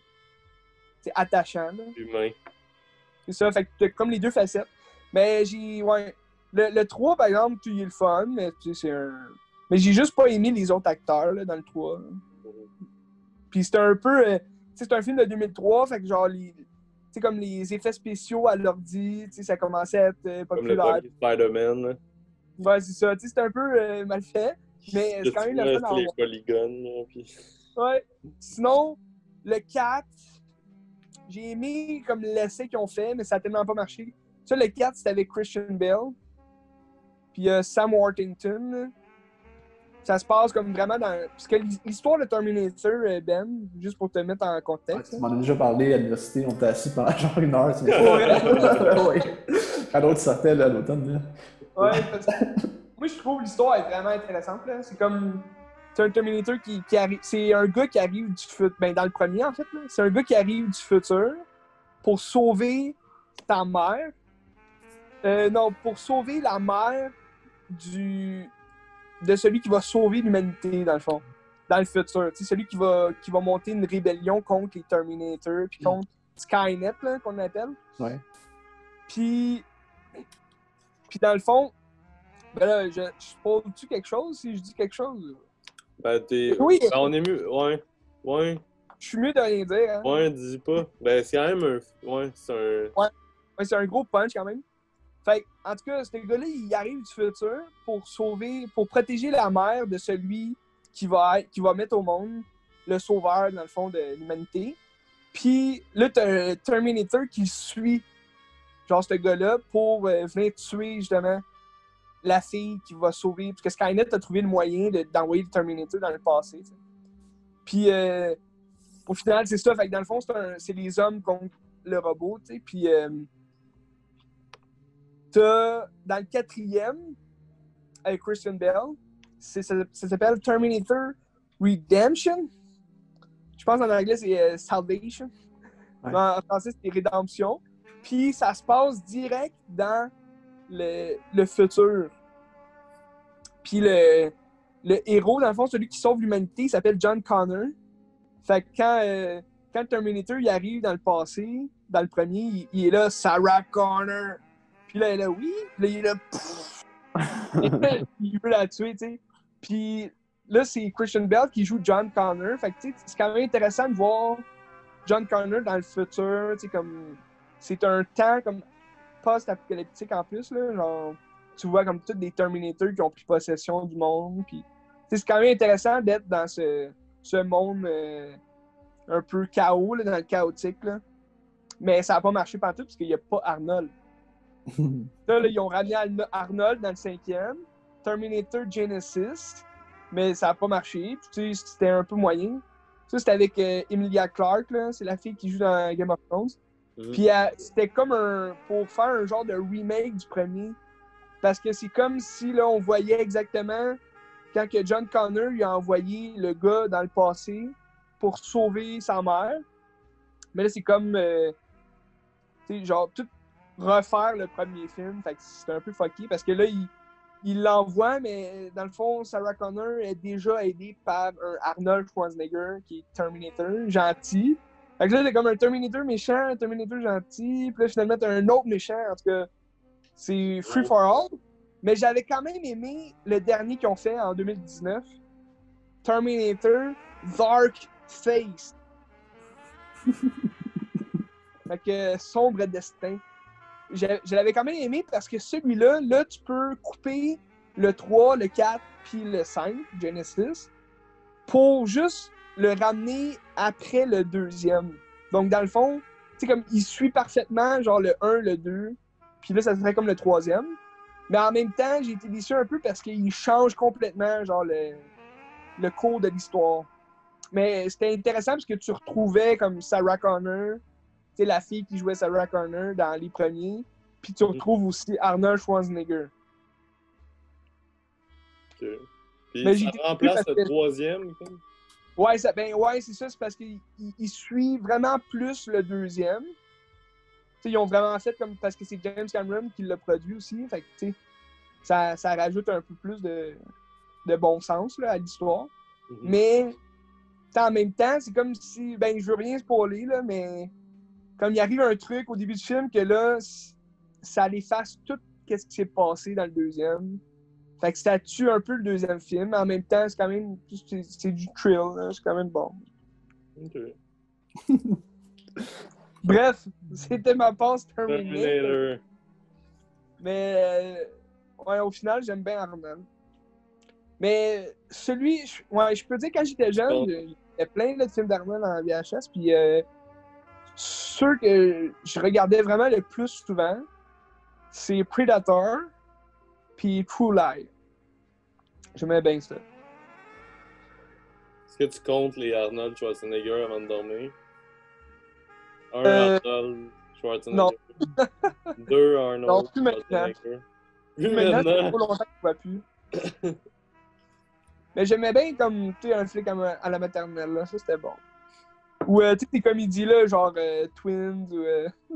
attachant. Là. Humain. C'est ça, fait que t'as comme les deux facettes. Mais ouais. Le 3, par exemple, il est le fun, mais c'est un. Mais j'ai juste pas aimé les autres acteurs là, dans le 3. Puis c'était un peu. C'est un film de 2003, fait que genre comme les effets spéciaux à l'ordi, ça commençait à être populaire. Comme le premier Spider-Man. Là. Ouais, c'est ça. C'était un peu mal fait, mais c'est quand même le fun à les polygones. Là, puis... Ouais. Sinon, le 4, j'ai aimé comme l'essai qu'ils ont fait, mais ça a tellement pas marché. Ça, le 4, c'était avec Christian Bale. Puis Sam Worthington. Ça se passe comme vraiment dans... Parce que l'histoire de Terminator, Ben, juste pour te mettre en contexte. Ouais, tu m'en as déjà parlé à l'université, on était assis pendant genre une heure. Ouais. Quand l'autre sortait là, à l'automne. Là. Ouais, parce que moi je trouve l'histoire est vraiment intéressante. Là. C'est comme... C'est un Terminator qui arrive... C'est un gars qui arrive du futur... Ben, dans le premier, en fait. Là. C'est un gars qui arrive du futur pour sauver ta mère. Non, pour sauver la mère du de celui qui va sauver l'humanité, dans le fond, dans le futur. Tu sais, celui qui va monter une rébellion contre les Terminators, puis contre Skynet, là, qu'on appelle. Ouais. Puis dans le fond, ben là, je pose-tu quelque chose si je dis quelque chose? Ben, Oui. Ben, on est mieux. Ouais. Je suis mieux de rien dire, hein? Ouais, dis pas. Ben, c'est quand même un. Ouais, c'est un. Ouais, c'est un gros punch quand même. Fait en tout cas, ce gars-là, il arrive du futur pour protéger la mère de celui qui va mettre au monde le sauveur, dans le fond, de l'humanité. Puis là, t'as un Terminator qui suit, genre, ce gars-là, pour venir tuer, justement, la fille qui va sauver. Parce que Skynet a trouvé le moyen d'envoyer le Terminator dans le passé, t'sais. Puis, au final, c'est ça. Fait que dans le fond, c'est les hommes contre le robot, tu sais. Puis, t'as, dans le 4e, avec Christian Bale, ça s'appelle Terminator Redemption. Je pense en anglais, c'est Salvation. Ouais. En français, c'est Rédemption. Puis ça se passe direct dans le futur. Puis le héros, dans le fond, celui qui sauve l'humanité, il s'appelle John Connor. Fait que quand Terminator il arrive dans le passé, dans le premier, il est là, Sarah Connor. Puis là, elle est là, oui. Puis là, il est là, pfff. Il veut la tuer, tu sais. Puis là, c'est Christian Bale qui joue John Connor. Fait que, tu sais, c'est quand même intéressant de voir John Connor dans le futur, tu sais, comme... C'est un temps, comme, post-apocalyptique en plus, là. Genre, tu vois comme tous des Terminators qui ont pris possession du monde, puis... C'est quand même intéressant d'être dans ce monde un peu chaos, là, dans le chaotique, là. Mais ça n'a pas marché partout parce qu'il n'y a pas Arnold. Là, ils ont ramené Arnold dans le 5e, Terminator Genesis, mais ça n'a pas marché. Puis, tu sais, c'était un peu moyen. Ça, c'était avec Emilia Clarke, là. C'est la fille qui joue dans Game of Thrones. Puis c'était comme pour faire un genre de remake du premier. Parce que c'est comme si là, on voyait exactement quand que John Connor il a envoyé le gars dans le passé pour sauver sa mère. Mais là, c'est comme tu sais, genre tout refaire le premier film. Fait que c'est un peu fucké parce que là, il l'envoie, mais dans le fond, Sarah Connor est déjà aidée par un Arnold Schwarzenegger qui est Terminator, gentil. Fait que là, t'as comme un Terminator méchant, un Terminator gentil, puis là, finalement, t'as un autre méchant. En tout cas, c'est free for all. Mais j'avais quand même aimé le dernier qu'ils ont fait en 2019, Terminator Dark Face. Fait que sombre destin. Je l'avais quand même aimé parce que celui-là, là, tu peux couper le 3, le 4, puis le 5, Genesis, pour juste le ramener après le 2e. Donc, dans le fond, tu sais, comme il suit parfaitement, genre le 1, le 2, puis là, ça serait comme le 3e. Mais en même temps, j'ai été déçu un peu parce qu'il change complètement, genre, le cours de l'histoire. Mais c'était intéressant parce que tu retrouvais comme Sarah Connor, tu sais, la fille qui jouait Sarah Connor dans les premiers, puis tu retrouves aussi Arnold Schwarzenegger. Ok. Puis ça remplace le 3e, comme? Ouais, c'est ça, c'est parce qu'il suit vraiment plus le 2e. T'sais, ils ont vraiment fait comme parce que c'est James Cameron qui l'a produit aussi. Fait que, ça rajoute un peu plus de bon sens là, à l'histoire. Mm-hmm. Mais en même temps, c'est comme si. Ben, je veux rien spoiler, là, mais comme il arrive un truc au début du film que là, ça efface tout ce qui s'est passé dans le 2e. Fait que ça tue un peu le 2e film. Mais en même temps, c'est quand même. C'est du thrill, là, c'est quand même bon. Ok. Bref, c'était ma passe Terminator. Mais ouais, au final, j'aime bien Arnold. Mais celui, je peux dire quand j'étais jeune, il y a plein de films d'Arnold en VHS, puis ceux que je regardais vraiment le plus souvent, c'est Predator, puis True Lie. J'aimais bien ça. Est-ce que tu comptes les Arnold Schwarzenegger avant de dormir? Un Arnold Schwarzenegger. Non. 2 Arnold non, plus Schwarzenegger. Maintenant, ça fait trop longtemps que je ne vois plus. Mais j'aimais bien comme, tu sais, un flic à la maternelle, là. Ça, c'était bon. Ou, tu sais, des comédies, là, genre Twins ou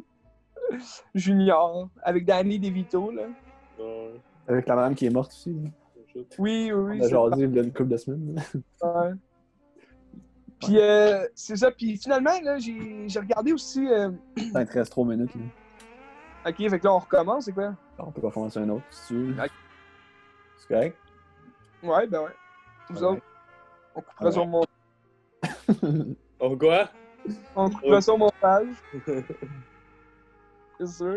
Junior, avec Danny DeVito, là. Ouais. Avec la madame qui est morte aussi. Là. Oui, oui, On a jasé il y a une couple de semaines. Ouais. Puis, c'est ça. Puis, finalement, là, j'ai regardé aussi... Ça te reste 3 minutes. Là. OK, fait que là, on recommence, c'est quoi? On peut pas commencer un autre, si tu veux. Ok. C'est correct? Ouais, ben ouais. Vous Alright. autres, on coupera sur mon... Oh, quoi? On coupera sur mon page. C'est sûr.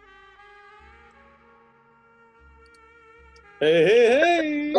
Hey, hey, hey!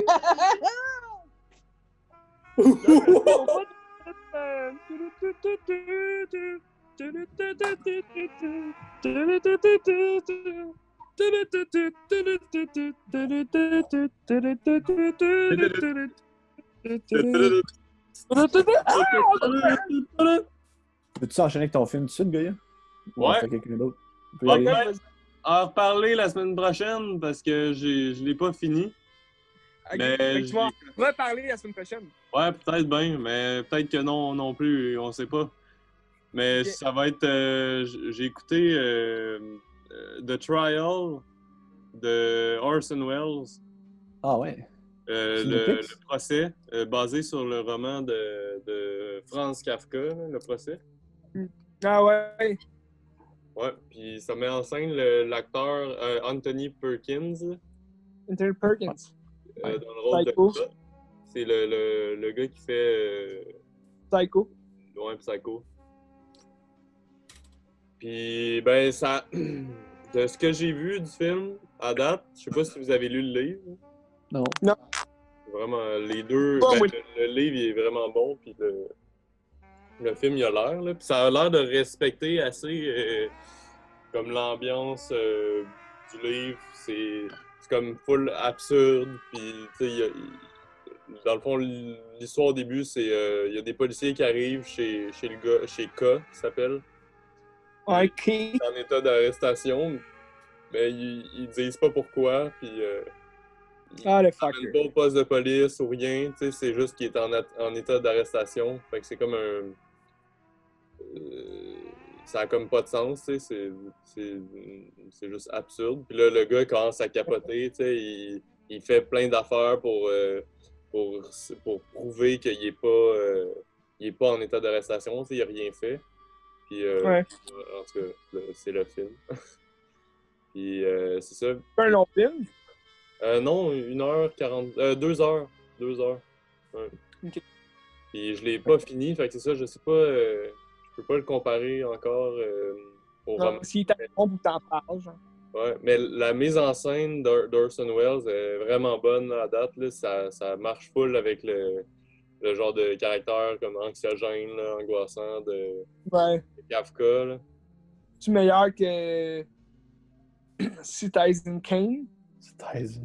Peux-tu enchaîner avec ton film tout de suite, Goya? Ou on Ouais. fait quelqu'un d'autre? On peut y On aller. peut en reparler la semaine prochaine parce que je l'ai pas fini. Ok, Mais fait que tu vas reparler la semaine prochaine. Ouais, peut-être bien, mais peut-être que non plus, on sait pas. Mais Ok. ça va être... j'ai écouté The Trial de Orson Welles, Ah ouais. Sur le Netflix? procès, basé sur le roman de Franz Kafka, là, le procès. Ah ouais. Ouais, puis ça met en scène l'acteur Anthony Perkins Anthony Perkins. Ouais. dans le rôle Psycho. de K. C'est le gars qui fait Psycho. ouais, Psycho. Puis, ben, ça. De ce que j'ai vu du film à date, je sais pas si vous avez lu le livre. Non. Vraiment, les deux. Oh, Ben, oui. le livre il est vraiment bon, puis le film il a l'air. Là. Puis ça a l'air de respecter assez comme l'ambiance du livre. C'est comme full absurde. Puis, tu sais, dans le fond, l'histoire au début, c'est il y a des policiers qui arrivent chez le gars, chez K, qui s'appelle. Ok. En état d'arrestation, mais ils disent pas pourquoi, puis Ah, le ils fucker. viennent pas au poste de police ou rien, tu sais, c'est juste qu'il est en état d'arrestation, fait que c'est comme un... ça a comme pas de sens, tu sais, c'est juste absurde. Puis là, le gars commence à capoter, tu sais, il fait plein d'affaires pour prouver qu'il est pas en état d'arrestation, tu sais, il a rien fait. Puis, Ouais. en tout cas, c'est le film. Puis c'est ça. C'est un long film. Non, 1h40. 2 heures. 2 heures. Ouais. Ok. Puis je l'ai pas fini, fait que c'est ça, je sais pas. Je peux pas le comparer encore au roman. Si t'as bon ou t'en parles, genre. Ouais, mais la mise en scène d'Orson Welles est vraiment bonne à date. Là. Ça marche full avec le genre de caractère comme anxiogène, là, angoissant de Ouais. Kafka. Là. C'est meilleur que Citizen Kane. C'est Tyson.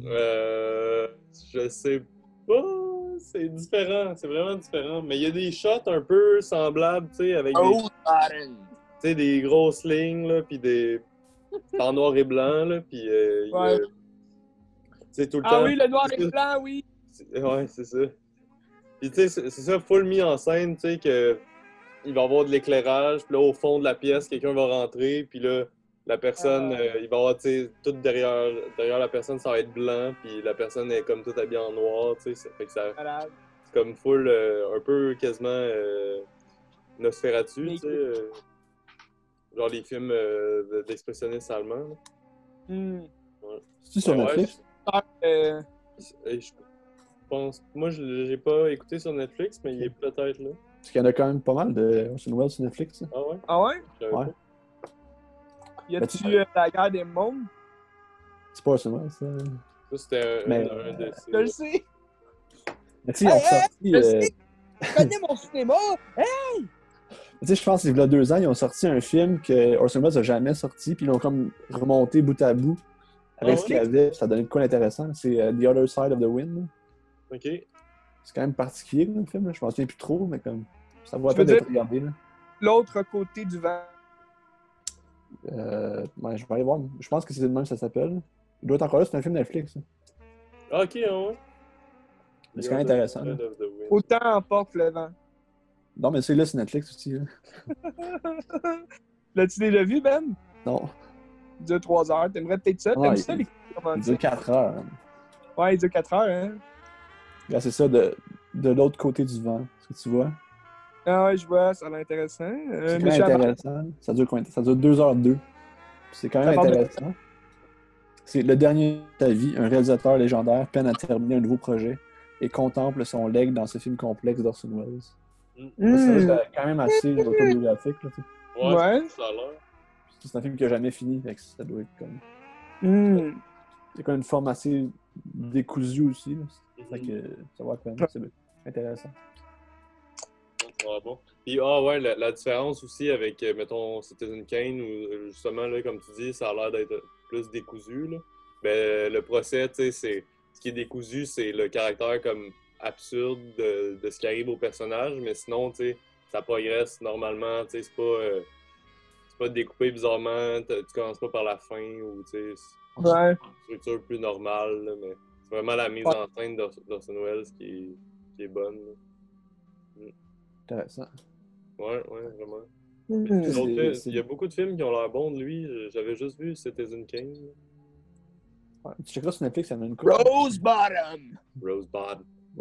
Je sais pas. C'est différent. C'est vraiment différent. Mais il y a des shots un peu semblables, tu sais, avec Oh, Biden. tu sais, des grosses lignes, là, puis des... en noir et blanc, là, puis Ouais. tu sais, tout le Ah temps... oui, le noir et blanc, oui. Ouais, c'est ça. Puis tu sais, c'est ça, full mis en scène, tu sais, que il va y avoir de l'éclairage, puis là, au fond de la pièce, quelqu'un va rentrer, puis là, la personne, il va y avoir, tu sais, tout derrière la personne, ça va être blanc, puis la personne est comme toute habillée en noir, tu sais, ça fait que ça... Malade. C'est comme full, un peu quasiment Nosferatu, tu sais, genre les films d'expressionnistes allemands. Là. Hmm. Ouais. C'est-tu sur Ouais, Netflix? je pense... Moi, je l'ai pas écouté sur Netflix, mais il est peut-être là. Parce qu'il y en a quand même pas mal de Orson Welles sur Netflix. Ça. Ah ouais? Ah ouais? Je savais Ouais. pas. Y Ben, a-tu la guerre des mondes? C'est pas Orson Welles, ça. Ça, c'était Mais, un de ces... Je le sais. Mais tu sais, ils ont sorti. je sais. Tu connais mon cinéma? Tu sais, je pense qu'il y a 2 ans, ils ont sorti un film que Orson Welles n'a jamais sorti, puis ils l'ont comme remonté bout à bout avec Ah ce qu'il y avait, puis ça donnait de quoi d'intéressant. C'est The Other Side of the Wind. Là. OK. C'est quand même particulier, là, le film. Là. Je m'en souviens plus trop, mais comme ça vaut la Tu veux peine d'être dire- regardé. Là. L'autre côté du vent. Ouais, je vais aller voir. Je pense que c'est le même que ça s'appelle. Il doit être encore là, c'est un film Netflix. Là. Ah, OK, ah ouais. Mais c'est quand même intéressant. Là. Autant emporte le vent. Non, mais c'est là, c'est Netflix aussi. Là. L'as-tu déjà vu, Ben? Non, Il dure 3 heures. T'aimerais peut-être ça? Ah, T'aimes il- ça, les il romantiques? dure 4 heures. Hein. Ouais, il dure 4 heures, hein. Là, c'est ça, de l'autre côté du vent. Est-ce que tu vois? Ah ouais, je vois, ça a l'air intéressant. C'est quand Monsieur même Hammer, intéressant. Ça dure combien de temps? Ça dure 2h02. C'est quand ça même parle de... intéressant. C'est le dernier de sa vie, un réalisateur légendaire peine à terminer un nouveau projet et contemple son legs dans ce film complexe d'Orson Welles. Ça, c'est quand même assez autobiographique. Là, Ouais. Ça a l'air. c'est un film qui n'a jamais fini, fait que ça doit être comme... C'est comme une forme assez décousue aussi. Là. Fait que ça va être c'est intéressant. Ah bon. Puis, ouais, la différence aussi avec, mettons, Citizen Kane, où justement, là, comme tu dis, ça a l'air d'être plus décousu, là. Ben, le procès, tu sais, ce qui est décousu, c'est le caractère comme absurde de ce qui arrive au personnage, mais sinon, tu sais, ça progresse normalement, tu sais, c'est pas découpé bizarrement, tu commences pas par la fin, ou, tu sais, c'est Ouais. une structure plus normale, là, mais c'est vraiment la mise en scène d'Orson Welles qui est bonne, là. Intéressant. Ouais, vraiment. Il y a beaucoup de films qui ont l'air bons de lui. J'avais juste vu Citizen Kane. Ouais. Tu checkeras sur Netflix, ça m'a une coupe. Rose Bottom! Rosebud.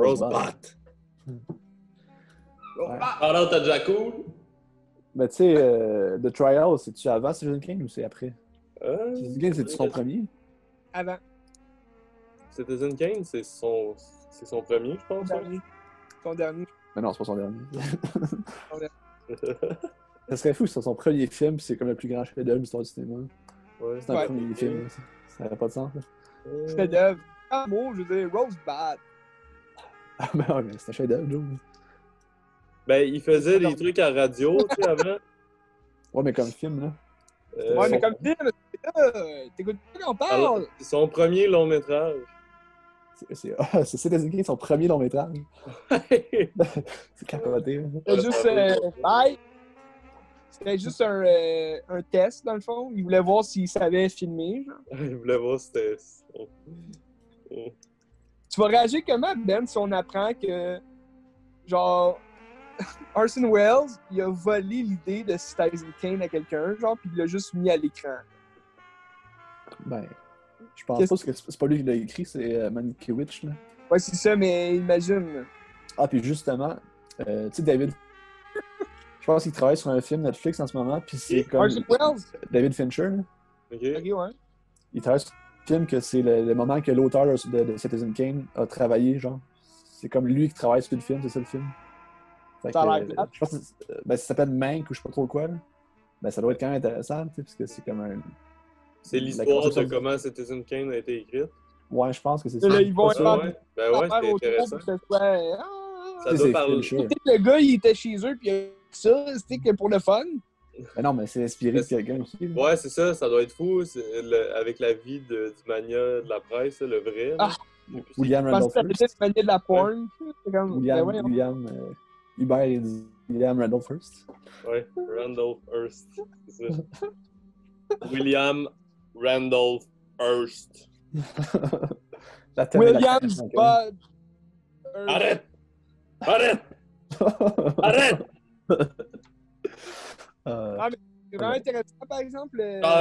Ouais. Alors, t'as déjà cool? Ben, tu sais, The Trial, c'est-tu avant Citizen Kane ou c'est après? Citizen Kane, c'est-tu son premier? Avant. Citizen Kane, c'est son premier, je pense. Son dernier. Mais non, c'est pas son dernier. Son dernier. Ça serait fou si c'est son premier film, c'est comme le plus grand chef-d'œuvre de l'histoire du cinéma. Ouais. C'est un premier film, là. Ça n'aurait pas de sens. Chef-d'œuvre. Amour, je veux dire, Rosebud. Ah, ben ouais, mais c'est un chef-d'œuvre, Joe. Ben, il faisait des trucs à radio, tu sais, avant. Ouais, mais comme film, là. Ouais, mais comme film, t'écoutes pas quand on parle. C'est son premier long métrage. C'est Citizen Kane, son premier long métrage. C'est capoté. C'était juste, c'était juste un test, dans le fond. Il voulait voir s'il savait filmer. Genre. Il voulait voir si c'était... Tu vas réagir comment, Ben, si on apprend que, genre, Orson Welles, il a volé l'idée de Citizen Kane à quelqu'un, genre, puis il l'a juste mis à l'écran. Ben, je pense pas que c'est pas lui qui l'a écrit, c'est Mankiewicz, là. Ouais, c'est ça, mais imagine. Ah, puis justement, tu sais, David... Je pense qu'il travaille sur un film Netflix en ce moment, puis c'est comme... Orson Welles? David Fincher, là. Ok, ouais. Il travaille sur un film que c'est le moment que l'auteur de Citizen Kane a travaillé, genre. C'est comme lui qui travaille sur le film, c'est ça le film. Fait ça a que, l'air je pense que ça s'appelle Mank ou je sais pas trop quoi, là. Ben, ça doit être quand même intéressant, tu sais, parce que c'est comme un... C'est l'histoire de comment Citizen Kane a été écrite. Ouais, je pense que c'est ça. Là, ils vont faire Ben ouais, c'est intéressant. Ça doit parler. Le gars, il était chez eux, puis ça, c'était que pour le fun. Ben non, mais c'est inspiré de quelqu'un aussi. Là. Ouais, c'est ça doit être fou. Avec la vie du mania de la presse, le vrai. William Randolph Hearst. C'était le mania de la porn. William Randolph Hearst. Ouais, Randolph Hearst. C'est ça. William Randolph Hearst. William Bud. Arrête! Arrête! Arrête! Ah, mais c'est vraiment intéressant, par exemple.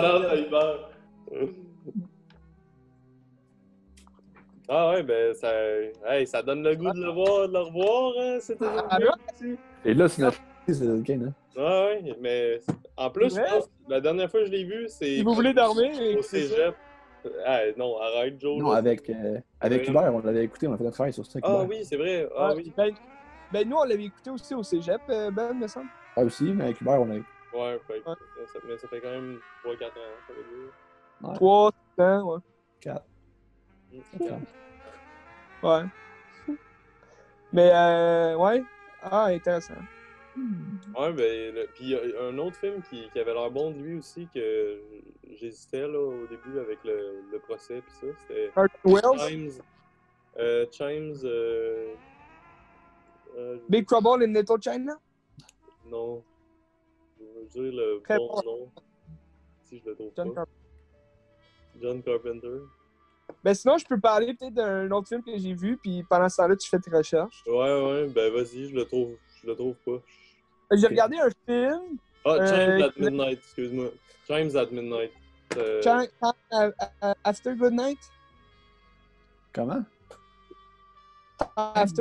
Ah ouais, ben ça donne le goût de le revoir, hein, c'était Et là, c'est notre Citizen Kane, hein? Ah ouais, mais en plus, je pense, la dernière fois que je l'ai vu, c'est... Si vous voulez dormir, au cégep. Ah non, arrête, Joe. Non, avec Hubert, on l'avait écouté, on a fait notre travail sur ça. Ah oui, c'est vrai. Ah oui. Ben nous, on l'avait écouté aussi au cégep, Ben, me semble. Ah aussi, mais avec Hubert, on l'a écouté. Ouais, mais ça fait quand même 3-4 ans, ça veut dire. Ouais. 3 ans, ouais. 4. Ouais. Mais, ouais. Ah, intéressant. Ouais, ben, puis il y a un autre film qui avait l'air bon de lui aussi, que j'hésitais là au début avec le procès, pis ça, c'était... Chimes... Big Trouble in Little China? Non. Je veux dire le bon nom. Si je le trouve pas. John Carpenter. Ben sinon, je peux parler peut-être d'un autre film que j'ai vu, puis pendant ce temps-là, tu fais tes recherches. Ouais, ben vas-y, je le trouve pas. J'ai regardé un film. Chimes at Midnight, excuse-moi. Chimes at Midnight. After Good Night? Comment? After...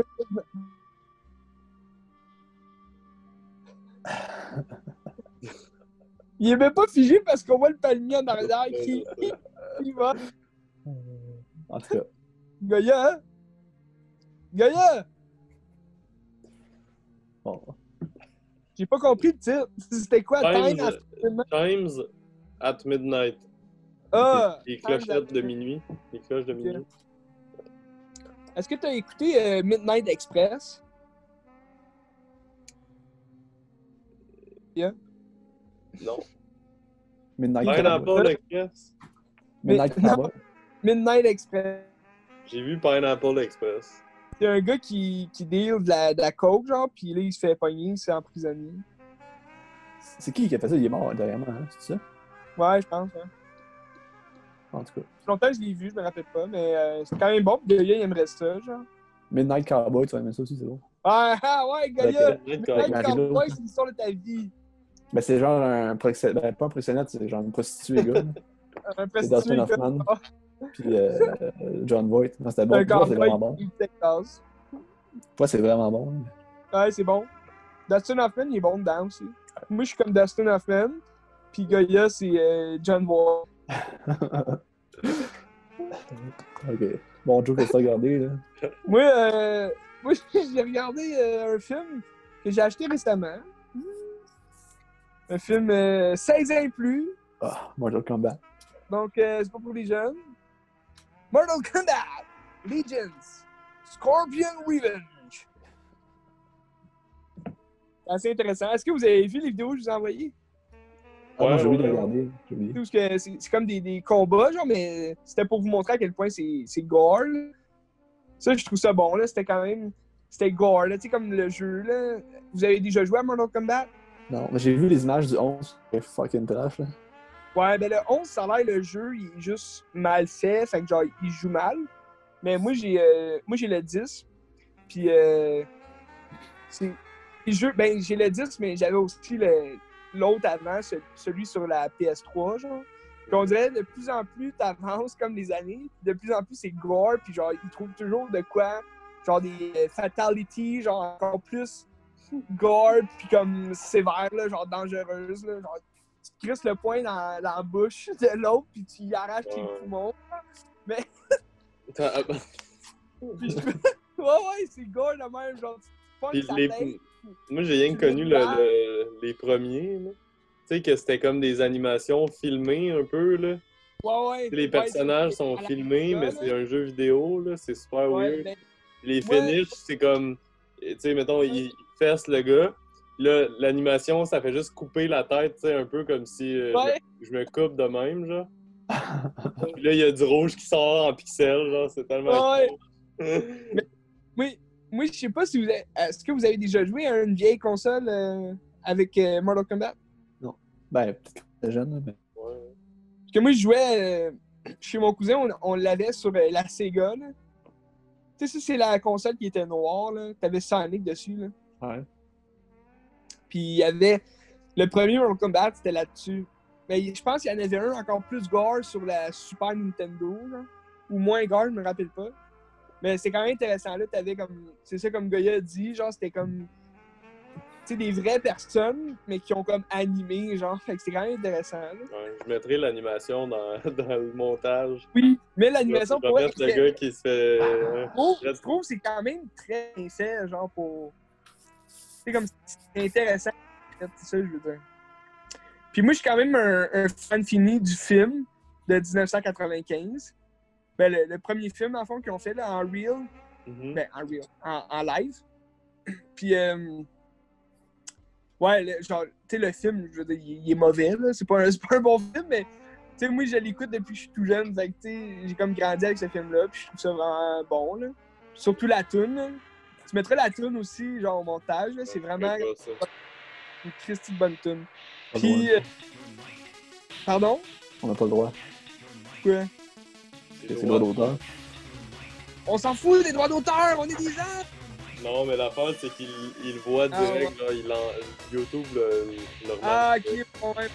Il est même pas figé parce qu'on voit le palmier en arrière qui va. En tout cas. Goya! Goya! Bon. J'ai pas compris le titre. C'était quoi? Times at Midnight. Ah! Les clochettes de minuit. Les cloches de minuit. Est-ce que tu as écouté Midnight Express? Yeah. Non. Midnight Pineapple Express. Midnight Cowboy. Midnight Express. J'ai vu Pineapple Express. C'est un gars qui deal de la coke, genre, pis là, il se fait pogner, il se fait emprisonner. C'est qui a fait ça? Il est mort derrière moi, hein? C'est ça? Ouais, je pense, ouais. En tout cas. Longtemps que je l'ai vu, je me rappelle pas, mais c'est quand même bon, pis Goya, il aimerait ça, genre. Midnight Cowboy, tu vas aimer ça aussi, c'est bon. Ouais, Goya! Midnight Cowboy, c'est l'histoire de ta vie. Ben, c'est genre un proxénète, pas un proxénète, c'est genre une prostituée, gars. Un C'est Dustin Hoffman. Puis John Voight. Non, c'était bon. Pour c'est vraiment bon. Toi, c'est vraiment bon. Ouais, c'est bon. Dustin Hoffman, il est bon dedans aussi. Moi, je suis comme Dustin Hoffman. Puis Goya, c'est John Voight. Ok. Bon, Joe, qu'est-ce que t'as regardé, là? Moi, j'ai regardé un film que j'ai acheté récemment. Un film 16 ans et plus. Ah, Mortal Kombat. Donc, c'est pas pour les jeunes. Mortal Kombat Legends Scorpion Revenge. C'est assez intéressant. Est-ce que vous avez vu les vidéos que je vous ai envoyées? Ah non, j'ai oublié de regarder. C'est comme des combats, genre, mais c'était pour vous montrer à quel point c'est gore. Là. Ça, je trouve ça bon. Là. C'était quand même... C'était gore, là. Tu sais, comme le jeu. Là. Vous avez déjà joué à Mortal Kombat? Non, mais j'ai vu les images du 11. C'est fucking trash, là. Ouais, ben le 11, ça a l'air le jeu, il est juste mal fait, fait que genre, il joue mal. Mais moi, j'ai le 10. Puis, j'ai le 10, mais j'avais aussi l'autre avant, celui sur la PS3, genre. Puis on dirait, de plus en plus, t'avances comme les années, de plus en plus, c'est gore, puis genre, ils trouvent toujours de quoi, genre des fatalities, genre encore plus gore, puis comme sévère, là, genre dangereuse, là, genre... Tu crisses le poing dans la bouche de l'autre, puis tu y arraches tes poumons. Mais. Ouais, c'est gore de même. Genre, tu sa tête. Moi, j'ai rien connu les premiers. Tu sais, que c'était comme des animations filmées un peu. Là. Ouais. Les personnages sont filmés, mais c'est un jeu vidéo. Là. C'est super weird. Ben, les finishes, c'est comme. Tu sais, mettons, ils fessent le gars. Là, l'animation, ça fait juste couper la tête, tu sais, un peu comme si je me coupe de même, genre. Puis là, il y a du rouge qui sort en pixels, genre, c'est tellement Mais, moi, je sais pas si vous avez... Est-ce que vous avez déjà joué à une vieille console avec Mortal Kombat? Non. Ben, peut-être que j'étais jeune, mais... Ouais. Parce que moi, je jouais... chez mon cousin, on l'avait sur la Sega, là. Tu sais, ça, c'est la console qui était noire, là. T'avais Sonic dessus, là. Ouais. Puis il y avait... Le premier Mortal Kombat, c'était là-dessus. Mais je pense qu'il y en avait un encore plus gore sur la Super Nintendo, genre. Ou moins gore, je me rappelle pas. Mais c'est quand même intéressant, là. T'avais comme... C'est ça, comme Goya a dit, genre, c'était comme... Tu sais, des vraies personnes, mais qui ont comme animé, genre. Fait que c'est quand même intéressant, là. Ouais, je mettrai l'animation dans le montage. Oui, mais l'animation, pour mettre le gars qui se fait... Je trouve que c'est quand même très bien fait, genre, pour... C'est comme... C'est intéressant. C'est ça, je veux dire. Puis moi, je suis quand même un fan fini du film de 1995. Ben, le premier film, en fond, qu'ils ont fait, là, en real. Mm-hmm. Ben, en real. En live. Puis, ouais, genre, tu sais, le film, je veux dire, il est mauvais, là. C'est pas un bon film, mais, tu sais, moi, je l'écoute depuis que je suis tout jeune. Fait que, tu sais, j'ai comme grandi avec ce film-là, puis je trouve ça vraiment bon, là. Surtout la toune, là. Tu mettrais la toune aussi, genre, au montage, là. C'est vraiment une Christy de bonne toune. Puis, pardon? On n'a pas le droit. Quoi? C'est le droit d'auteur. On s'en fout des droits d'auteur, on est des gens! Non, mais l'affaire, c'est qu'il le voit direct, ouais. là, YouTube le Ah, ok, ouais.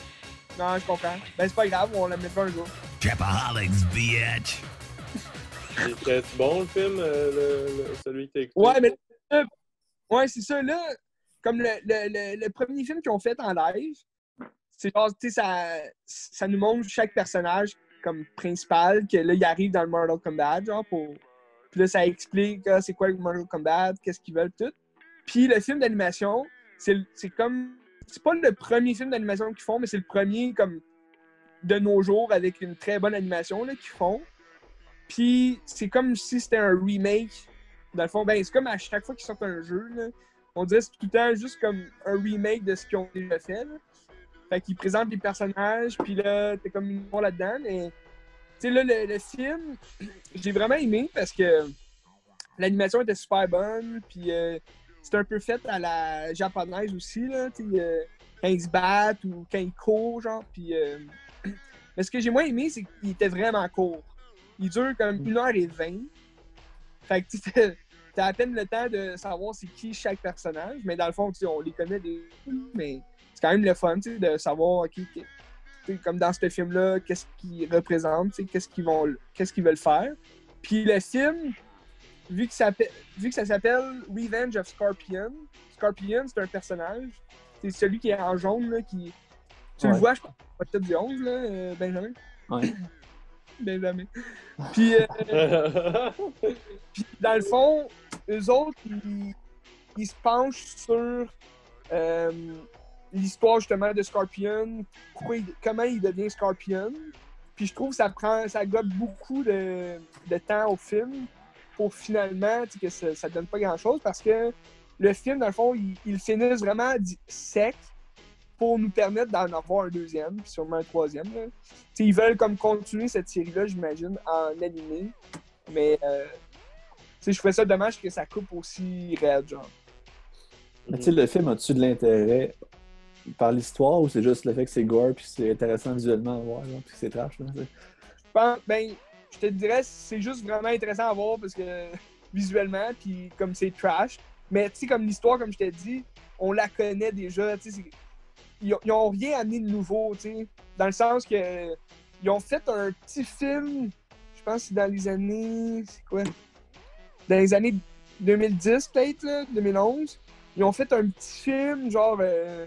Non, je comprends. Ben, c'est pas grave, on la mettra un jour. Trapaholics, bitch! C'était bon le film, celui que t'as écouté? Ouais, mais ouais, c'est ça, là. Comme le premier film qu'ils ont fait en live, c'est genre, tu sais, ça nous montre chaque personnage comme principal, que là, il arrive dans le Mortal Kombat, genre, pour. Puis là, ça explique c'est quoi le Mortal Kombat, qu'est-ce qu'ils veulent, tout. Puis le film d'animation, c'est comme. C'est pas le premier film d'animation qu'ils font, mais c'est le premier, comme, de nos jours, avec une très bonne animation, là, qu'ils font. Puis c'est comme si c'était un remake. Dans le fond, ben, c'est comme à chaque fois qu'ils sortent un jeu, là, on dirait que c'est tout le temps juste comme un remake de ce qu'ils ont déjà fait, là. Fait qu'ils présentent les personnages, puis là, t'es comme une fois là-dedans. Mais, tu sais, là, le film, j'ai vraiment aimé parce que l'animation était super bonne, puis c'était un peu fait à la japonaise aussi, là, tu sais, quand ils se battent ou quand ils courent, genre. Puis, mais ce que j'ai moins aimé, c'est qu'il était vraiment court. Il dure comme 1h20. Fait que, tu sais, t'as à peine le temps de savoir c'est qui chaque personnage, mais dans le fond, tu sais, on les connaît mais c'est quand même le fun, tu sais, de savoir, OK, comme dans ce film-là, qu'est-ce qu'ils représentent, tu sais, qu'est-ce qu'ils veulent faire. Puis le film, vu que ça s'appelle Revenge of Scorpion, Scorpion, c'est un personnage. C'est celui qui est en jaune, là, qui... Tu le vois, je pense, peut-être du 11, là, Benjamin. Ouais. Benjamin. Puis, puis, dans le fond, eux autres, ils se penchent sur l'histoire justement de Scorpion, comment il devient Scorpion. Puis je trouve que ça gobe beaucoup de temps au film pour finalement que ça donne pas grand-chose parce que le film, dans le fond, ils finissent vraiment sec pour nous permettre d'en avoir un deuxième, puis sûrement un troisième. Ils veulent comme continuer cette série-là, j'imagine, en animé. Mais je trouvais ça dommage que ça coupe aussi raide, genre. Mais tu sais, le film a-tu de l'intérêt par l'histoire ou c'est juste le fait que c'est gore puis c'est intéressant visuellement à voir, là, puis c'est trash, là, Je pense, ben, je te dirais, c'est juste vraiment intéressant à voir parce que visuellement, puis comme c'est trash. Mais tu sais, comme l'histoire, comme je t'ai dit, on la connaît déjà. Tu sais, ils ont rien amené de nouveau, tu sais. Dans le sens que ils ont fait un petit film, je pense que c'est dans les années. C'est quoi? Dans les années 2010, peut-être, là, 2011. Ils ont fait un petit film, genre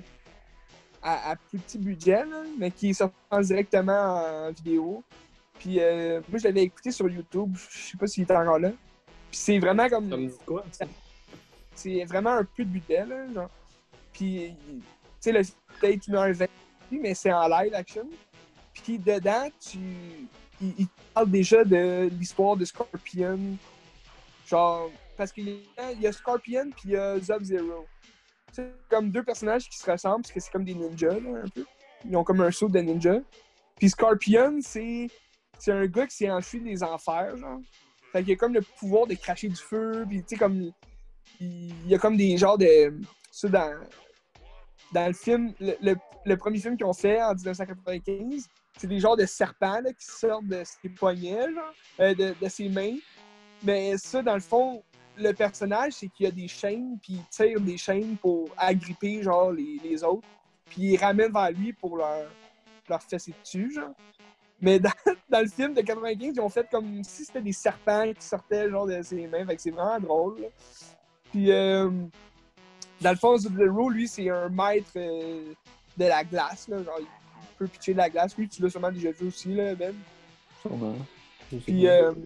à plus petit budget, là, mais qui est sorti directement en vidéo. Puis moi, je l'avais écouté sur YouTube. Je sais pas s'il est encore là. Puis c'est vraiment comme. Ça me dit quoi, ça? C'est vraiment un peu de budget, là, genre. Puis, tu sais, le peut-être 1h20, mais c'est en live action. Puis dedans, il parle déjà de l'histoire de Scorpion. Genre, parce qu'il y a Scorpion puis il y a Sub-Zero. C'est comme deux personnages qui se ressemblent parce que c'est comme des ninjas, là, un peu. Ils ont comme un saut de ninja. Puis Scorpion, c'est un gars qui s'est enfui des enfers, genre. Fait qu'il a comme le pouvoir de cracher du feu, puis tu sais, comme... Il y a comme des genres de... Ça, dans le film, le premier film qu'ils ont fait en 1995, c'est des genres de serpents là, qui sortent de ses poignets, genre, de ses mains. Mais ça, dans le fond, le personnage, c'est qu'il y a des chaînes, puis il tire des chaînes pour agripper, genre, les autres. Puis il les ramène vers lui pour leur fesser dessus, genre. Mais dans le film de 95, ils ont fait comme si c'était des serpents qui sortaient, genre, de ses mains. Fait que c'est vraiment drôle, là. Puis, dans le fond, Sub-Zero, lui, c'est un maître de la glace, là. Genre, il peut pitcher de la glace. Lui, tu l'as sûrement déjà vu aussi, là, Ben. sûrement. Puis,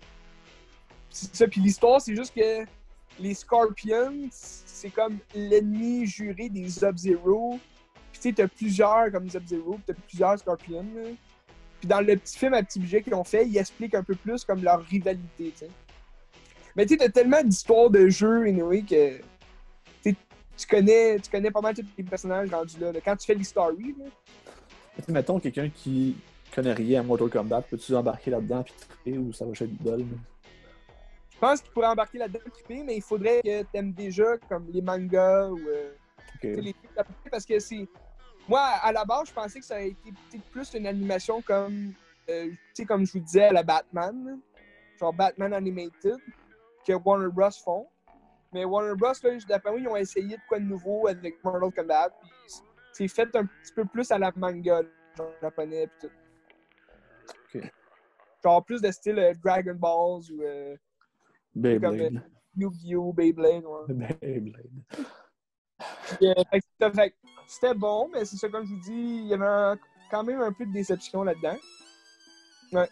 c'est ça. Puis l'histoire, c'est juste que les Scorpions, c'est comme l'ennemi juré des Sub-Zero. Puis tu sais, t'as plusieurs comme Sub-Zero, puis t'as plusieurs Scorpions. Là. Puis dans le petit film à petit budget qu'ils ont fait, ils expliquent un peu plus comme leur rivalité, tu sais. Mais tu sais, t'as tellement d'histoires de jeux, anyway, que tu connais pas mal tous les personnages rendus là. Quand tu fais les stories, là. Mettons quelqu'un qui connaît rien à Mortal Kombat, peux-tu embarquer là-dedans puis triper ou ça va être bol? Je pense qu'il pourrait embarquer là-dedans triper, mais il faudrait que t'aimes déjà comme les mangas ou les trucs à peu près, parce que c'est. Moi, à la base, je pensais que ça aurait été peut-être plus une animation comme, comme je vous disais, à la Batman, là. Genre Batman Animated, que Warner Bros. Font. Mais Warner Bros., là, d'après moi, ils ont essayé de quoi de nouveau avec Mortal Kombat, puis c'est fait un petit peu plus à la manga, genre japonais, puis tout. Ok. genre plus de style Dragon Balls ou Beyblade. Yu-Gi-Oh! Beyblade. Ouais. Beyblade. Fait que c'était bon, mais c'est ça, comme je vous dis, il y avait quand même un peu de déception là-dedans. Ouais.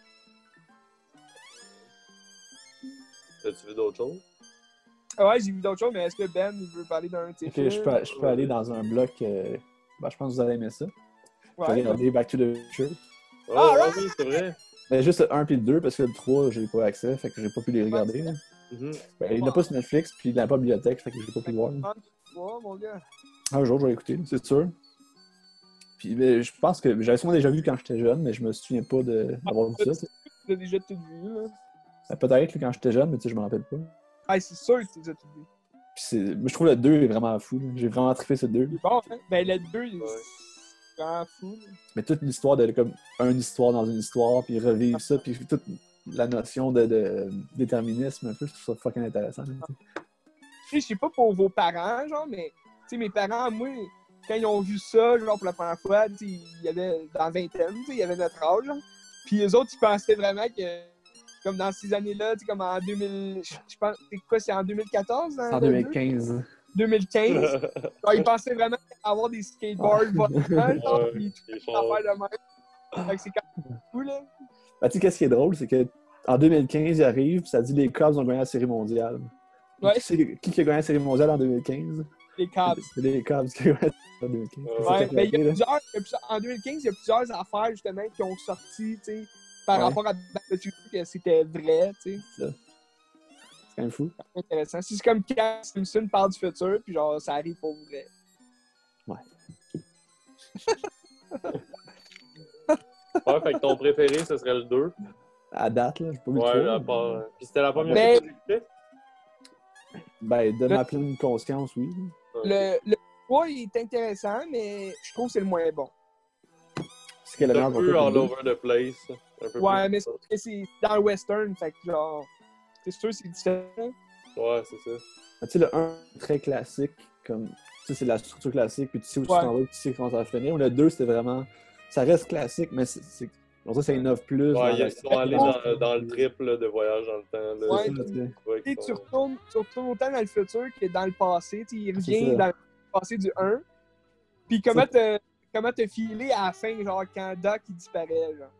As-tu vu d'autres choses? Ouais, j'ai vu d'autres choses, mais est-ce que Ben il veut parler d'un de ses Ok, films? je peux aller dans un bloc. Je pense que vous allez aimer ça. Je vais Ouais. regarder Back to the Future. Oh, Alright! oui, c'est vrai. Mais juste le 1 puis le 2, parce que le 3, j'ai pas accès, fait que j'ai pas pu les regarder. Là. Mhm. Ben, il n'a pas sur Netflix, puis il n'a pas de bibliothèque, fait que j'ai pas pu le voir. Là. Ouais, mon gars. Un jour, je vais l'écouter, c'est sûr. Puis ben, je pense que j'avais sûrement déjà vu quand j'étais jeune, mais je me souviens pas d'avoir vu ça. Tu l'as déjà tout vu, là. Peut-être quand j'étais jeune, mais tu sais, je me rappelle pas. Ah, c'est sûr que tu les as tout vu. Puis moi, je trouve le 2 est vraiment fou. Là. J'ai vraiment trippé ce 2. C'est bon, hein? Ben, le 2, il est Ouais. vraiment fou. Là. Mais toute l'histoire de comme une histoire dans une histoire, puis revivre ça, puis toute la notion de déterminisme, un peu, je trouve ça fucking intéressant. Là, tu sais. Tu sais, je sais pas pour vos parents, genre, mais, tu sais, mes parents, moi, quand ils ont vu ça, genre, pour la première fois, tu sais, il y avait dans la vingtaine, tu sais, il y avait notre âge, genre. Puis les autres, ils pensaient vraiment que, comme dans ces années-là, tu sais, comme en 2000, je pense, c'est quoi, c'est en 2014? Hein, En 2015. 2015. Genre, ils pensaient vraiment avoir des skateboards volants, genre, Ouais, puis les tout affaire de même. Fait que c'est quand même cool, là. Ben, tu sais, qu'est-ce qui est drôle, c'est que en 2015, il arrive, puis ça dit les Cubs ont gagné la Série mondiale. Puis Ouais. qui a gagné la Série mondiale en 2015? Les Cavs. C'est les Cubs qui ont gagné en 2015. Ouais, C'est mais il y a capoté, là. en 2015, il y a plusieurs affaires, justement, qui ont sorti, tu sais, par Ouais. rapport à Back to the Future, que c'était vrai, tu sais. C'est quand même fou. C'est intéressant. C'est comme quand Simpson parle du futur, puis genre, ça arrive pour vrai. Ouais, fait que ton préféré, ce serait le 2. À date, là, j'ai pas vu le Ouais, trois, à mais- part. Puis c'était la première Mais- fois que tu l'écoutais? Ben, de ma pleine conscience, oui. Le 3, il est intéressant, mais je trouve que c'est le moins bon. C'est quelle est la Un meilleure peu pour all toi, over the place. Un peu Ouais, plus. mais c'est parce que c'est dans le western, fait que genre, c'est sûr c'est différent. Ouais, c'est ça. tu sais, le 1, très classique, comme, tu sais, c'est la structure classique, puis tu sais où tu Ouais. t'en vas, puis tu sais comment ça va finir. Le 2, c'était vraiment, ça reste classique, mais on dirait que ça innove plus. Ouais, dans ils sont allés dans le triple de voyage dans le temps. Là. Ouais. C'est ça, tu sais. Ouais, Tu qu'ils sais, sont- tu retournes autant dans le futur que dans le passé. Tu sais, il C'est revient ça. dans le passé du 1. Puis comment t'as filé à la fin, genre, quand Doc il disparaît, genre.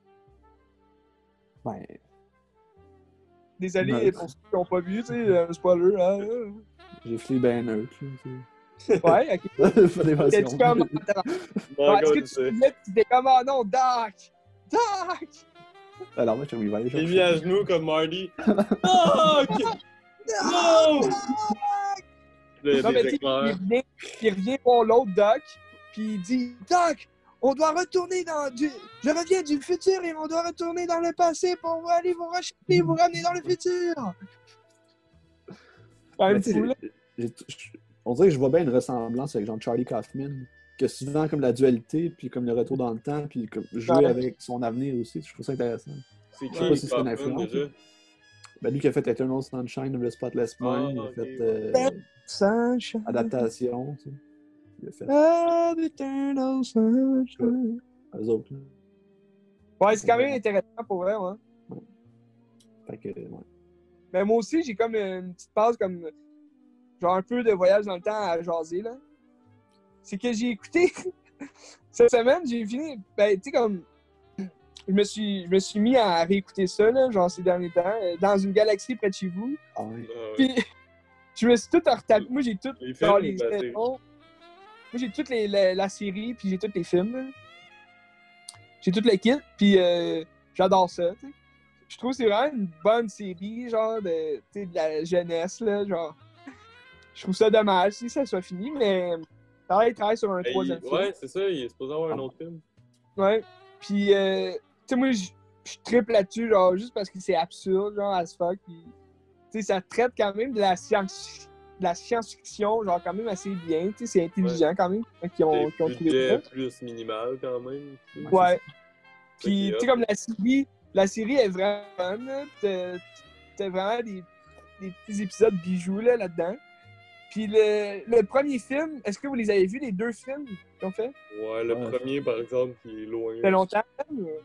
Ben, Désolé Ouais. pour ceux qui n'ont pas vu, tu sais, spoiler. Hein. j'ai filé ben neutre, là, Ouais, ok. c'est pas d'émotion. T'es-tu comme. Mon Est-ce gars, que tu sais. tu t'es comme, oh non, Doc! Doc! Alors, moi, je vais aller J'ai chercher. mis à genoux comme Marty. Fuck! Non! Le Non, mais tu sais, éclairs. il revient voir l'autre Doc, puis il dit, Doc, on doit retourner je reviens du futur et on doit retourner dans le passé pour aller vous rechercher, vous ramener dans le futur. Quand Mais même tu sais, fou, là. on dirait que je vois bien une ressemblance avec genre Charlie Kaufman, que souvent comme la dualité, puis comme le retour dans le temps, puis comme jouer Ouais. avec son avenir aussi. Je trouve ça intéressant. C'est Je sais pas qui si c'est une Kaufman, influence. déjà? Ben, lui qui a fait Eternal Sunshine of the Spotless Mind, il a ok. fait Sunshine. Adaptation, tu sais. Il a fait of eternal sunshine. eux autres. Là. Ouais, c'est quand même intéressant pour vrai, hein. Fait que, ouais. Mais moi aussi, j'ai comme une petite pause comme genre un peu de voyage dans le temps à jaser, là. C'est que j'ai écouté cette semaine, j'ai fini, ben, tu sais, comme je me suis mis à réécouter ça, là, genre ces derniers temps, dans une galaxie près de chez vous. Ah ouais. Puis je me suis tout retapé. Moi, j'ai tout Les genre, films ou la série? saisons. Moi, j'ai toutes la série, puis j'ai tous les films, là. J'ai tout le kit, puis j'adore ça, tu sais. Je trouve que c'est vraiment une bonne série, genre, tu sais, de la jeunesse, là, genre. Je trouve ça dommage si ça soit fini, mais il travaille sur un Ben, troisième film. ouais, c'est ça, il est supposé avoir un autre film. Ouais. Puis, tu sais, moi, je triple là-dessus, genre, juste parce que c'est absurde, genre, as fuck. Puis, tu sais, ça traite quand même de la science-fiction, genre, quand même assez bien. Tu sais, c'est intelligent quand même, qui ont C'est trouvé budget ça. plus minimal quand même. Ouais. C'est Puis, tu sais, comme la série est vraiment bonne, là. T'as vraiment des petits épisodes bijoux, là-dedans. Puis, le premier film, est-ce que vous les avez vus, les deux films qu'ils ont fait? Ouais, le Ouais. premier, par exemple, qui est loin. Ça fait longtemps, même?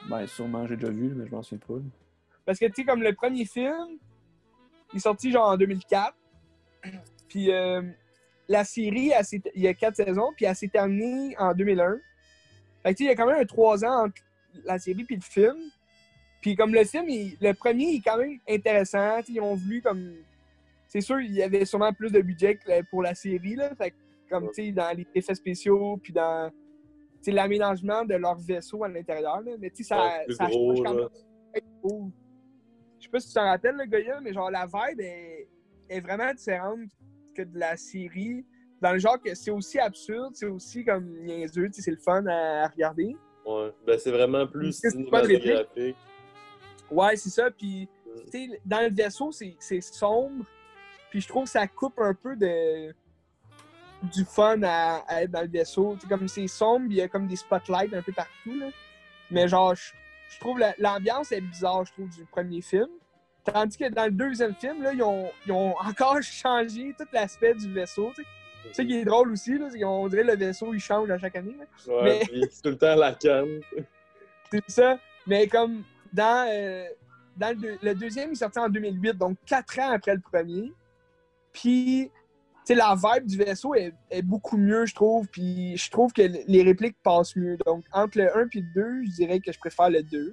Ben, sûrement, j'ai déjà vu, mais je m'en souviens pas. Parce que, tu sais, comme le premier film, il est sorti genre en 2004. Puis la série, il y a 4 saisons, puis elle s'est terminée en 2001. Fait que, tu sais, il y a quand même 3 ans entre la série puis le film. Puis comme le film, le premier est quand même intéressant. Ils ont voulu comme... C'est sûr, il y avait sûrement plus de budget pour la série, là. Fait que, comme, tu sais, dans les effets spéciaux, puis dans l'aménagement de leur vaisseau à l'intérieur, là. Mais tu sais, ça gros, change quand même. Oh. Je sais pas si tu t'en rappelles, le Goya, mais genre, la vibe est vraiment différente que de la série. Dans le genre que c'est aussi absurde, c'est aussi comme niaiseux, c'est le fun à regarder. Ouais, ben c'est vraiment plus cinématographique. Ouais, c'est ça. Puis, tu sais, dans le vaisseau, c'est sombre. Puis, je trouve que ça coupe un peu du fun à être dans le vaisseau. T'sais, comme c'est sombre, il y a comme des spotlights un peu partout. Là. Mais genre, je trouve l'ambiance est bizarre, je trouve, du premier film. Tandis que dans le deuxième film, là, ils ont encore changé tout l'aspect du vaisseau. T'sais. C'est ça qui est drôle aussi, là, c'est qu'on dirait que le vaisseau il change à chaque année. Là. Ouais, mais... puis c'est tout le temps la canne. C'est ça. Mais comme dans le deuxième, il est sorti en 2008, donc 4 ans après le premier. Puis, tu sais, la vibe du vaisseau est beaucoup mieux, je trouve. Puis, je trouve que les répliques passent mieux. Donc, entre le 1 et le 2, je dirais que je préfère le 2.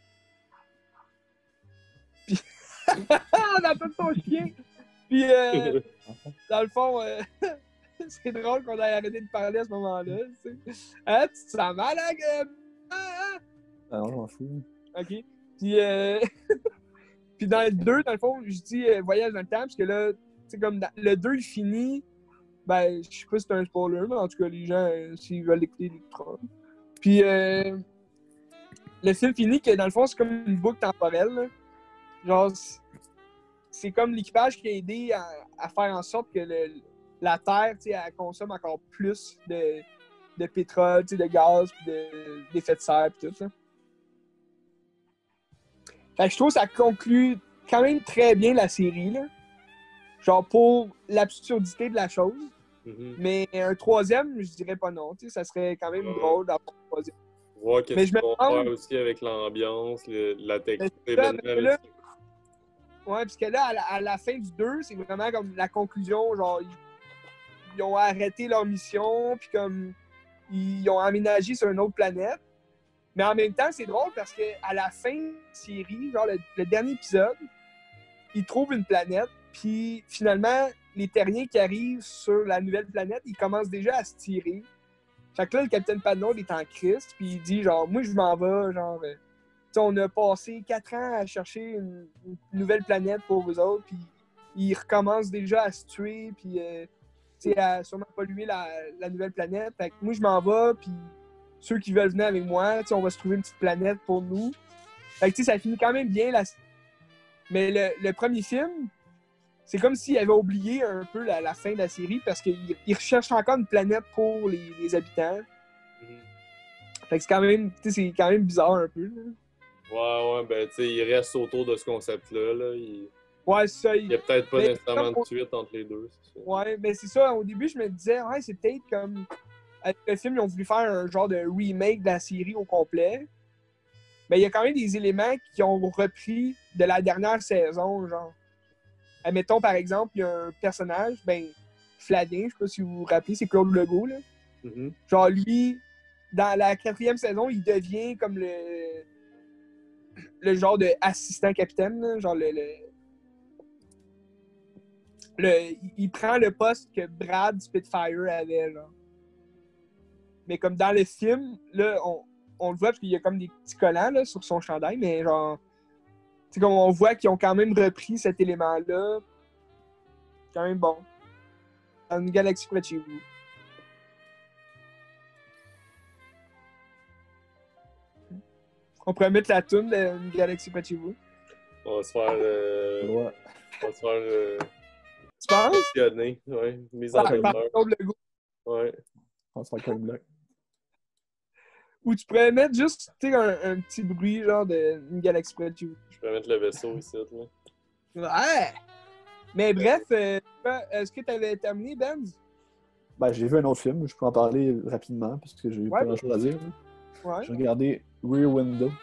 Puis, on appelle ton chien. Puis, dans le fond, c'est drôle qu'on ait arrêté de parler à ce moment-là. Tu sais. Hein, tu te sens mal, hein? Ah non, je m'en fous. OK. Puis, puis dans le 2, dans le fond, je dis voyage dans le temps, parce que là, tu sais, comme le 2, il finit, ben, je sais pas si c'est un spoiler, mais en tout cas, les gens, s'ils veulent l'écouter, ils l'écouteront. Puis, le film finit que, dans le fond, c'est comme une boucle temporelle. Là. Genre, c'est comme l'équipage qui a aidé à faire en sorte que la Terre, tu sais, elle consomme encore plus de pétrole, tu sais, de gaz, puis d'effets de serre, puis tout ça. Fait que je trouve que ça conclut quand même très bien la série, là. Genre pour l'absurdité de la chose. Mm-hmm. Mais un troisième, je dirais pas non. Tu sais, ça serait quand même drôle d'avoir un troisième. Ouais, qu'est-ce qu'ils vont faire aussi avec l'ambiance, la technique. Ouais, parce que là, à la fin du 2, c'est vraiment comme la conclusion. Genre, ils ont arrêté leur mission, puis comme ils ont aménagé sur une autre planète. Mais en même temps, c'est drôle parce qu'à la fin de la série, genre le dernier épisode, ils trouvent une planète, puis finalement, les terriens qui arrivent sur la nouvelle planète, ils commencent déjà à se tirer. Fait que là, le capitaine Padnold est en crise, puis il dit genre, moi je m'en vais, genre, on a passé 4 ans à chercher une nouvelle planète pour vous autres, puis ils recommencent déjà à se tuer, puis à sûrement polluer la nouvelle planète. Fait que moi je m'en vais, puis ceux qui veulent venir avec moi, on va se trouver une petite planète pour nous. Fait que ça finit quand même bien. Mais le premier film, c'est comme s'il avait oublié un peu la fin de la série parce qu'il recherche encore une planète pour les habitants. Mm-hmm. Fait que c'est quand même bizarre un peu. Là. Ouais, ben tu sais, il reste autour de ce concept-là. Là. Ouais, c'est ça. Il n'y a peut-être pas nécessairement de suite entre les deux. C'est ça. Ouais, mais c'est ça. Au début, je me disais, ouais, c'est peut-être comme... Avec le film, ils ont voulu faire un genre de remake de la série au complet. Mais il y a quand même des éléments qui ont repris de la dernière saison, genre. Admettons, par exemple, il y a un personnage, Flavien, je sais pas si vous vous rappelez, c'est Claude Legault, là. Mm-hmm. Genre, lui, dans la 4e saison, il devient comme le genre de assistant capitaine, là. Genre il prend le poste que Brad Spitfire avait, genre. Mais comme dans le film, là, on le voit parce qu'il y a comme des petits collants là, sur son chandail, mais genre, tu sais, comme on voit qu'ils ont quand même repris cet élément-là. C'est quand même bon. Dans une galaxie près de chez vous. On pourrait mettre la toune d'une galaxie près de chez vous. On va se faire. Ouais. On va se faire. Tu penses? Questionner, ouais. Mise en demeure. Ouais. On va se faire comme bloc. Ou tu pourrais mettre juste un petit bruit, genre d'une galaxie près de chez vous. Je pourrais mettre le vaisseau ici, là. Ouais! Mais bref, est-ce que tu avais terminé, Benz? Ben, j'ai vu un autre film, je peux en parler rapidement parce que j'ai pas grand-chose à dire. Ouais. J'ai regardé Rear Window.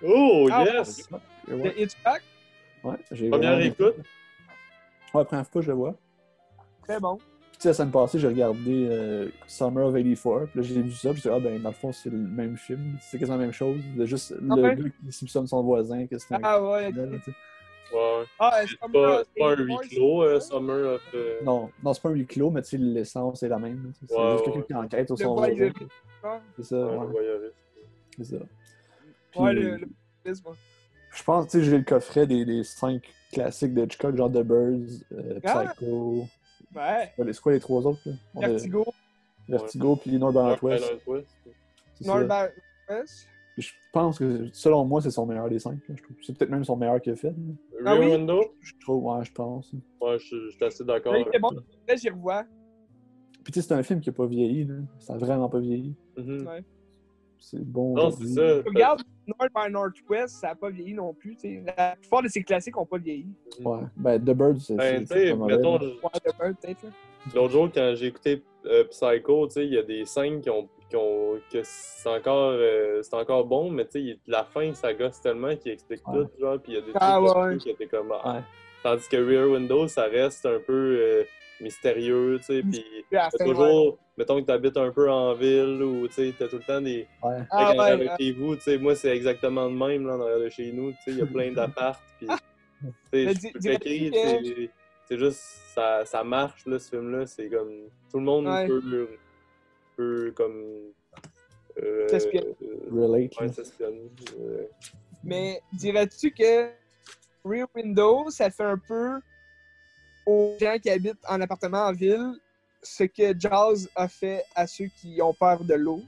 Oh, Ah, yes! de Ouais, Hitchcock, ouais, j'ai Première vraiment- écoute. Ouais, première fois que je le vois. très bon. Puis, tu sais, la semaine passée, j'ai regardé Summer of 84. Puis là, j'ai vu ça. Puis, j'ai dit, ah, ben, dans le fond, c'est le même film. C'est quasiment la même chose. C'est juste Ah le ouais? gars qui soupçonne son voisin, que c'est un Ah ouais, criminel, ok. tu sais. Ouais. Ah, C'est pas un huis clos, c'est ça? Summer of... Non, non, c'est pas un huis clos, mais tu sais, l'essence est la même. Tu sais. C'est Ouais, juste ouais. quelqu'un qui enquête sur Le son voisin. voyeurisme. Ah, C'est ça, Ouais, ouais. le voyeuriste. C'est ça. ouais, Puis, le voyeurisme. je pense, tu sais, j'ai le coffret des 5 classiques de Hitchcock, genre The Birds, Ah, Psycho. ouais. C'est quoi les 3 autres, là? On a Vertigo, Vertigo, puis North by Northwest. Northwest. C'est ça. North West. Puis je pense que, selon moi, c'est son meilleur des 5. Je trouve. C'est peut-être même son meilleur qu'il a fait. Là. Ah Rear oui? Window? Je trouve, ouais, je pense. Ouais, je suis assez d'accord. Là, il était bon. Là, j'y revois. Puis tu sais, c'est un film qui a pas vieilli. Là. Ça a vraiment pas vieilli. Mhm. Ouais. C'est bon. Non, c'est aujourd'hui. ça. Regarde, North by Northwest, ça n'a pas vieilli non plus. T'sais. La plupart de ces classiques n'ont pas vieilli. Ouais. Ben, The Bird, c'est Ben, tu c'est sais, pas mauvais. mettons, là. Ouais, de peur, peut-être. Là. l'autre jour, quand j'ai écouté Psycho, tu sais, il y a des scènes que c'est encore bon, mais tu sais, la fin, ça gosse tellement qu'il explique Ouais. tout, genre, puis il y a des Ah, trucs ouais. là-dessus qui étaient comme... ah. Ouais. Tandis que Rear Window, ça reste un peu mystérieux, tu sais, puis Puis à la t'as fin, toujours, mettons que t'habites un peu en ville, ou tu sais, t'as tout le temps des... Ouais. Ah, Fait qu'en arrière ouais, de chez vous, tu sais, moi, c'est exactement le même, là, en arrière de chez nous, tu sais, il y a plein d'apparts, puis, tu sais, Mais je peux dirais-tu t'écrire, que- c'est juste, ça marche, là, ce film-là, c'est comme, tout le monde Ouais. peut comme, S'espionner. Relate. ouais, là. s'espionner. Mais dirais-tu que Rear Window, ça fait un peu aux gens qui habitent en appartement en ville ce que Jaws a fait à ceux qui ont peur de l'eau?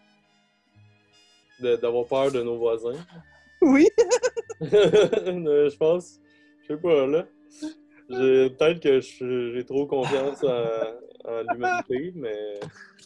D'avoir peur de nos voisins. Oui. Je pense, je sais pas, là. Peut-être que j'ai trop confiance en l'humanité, mais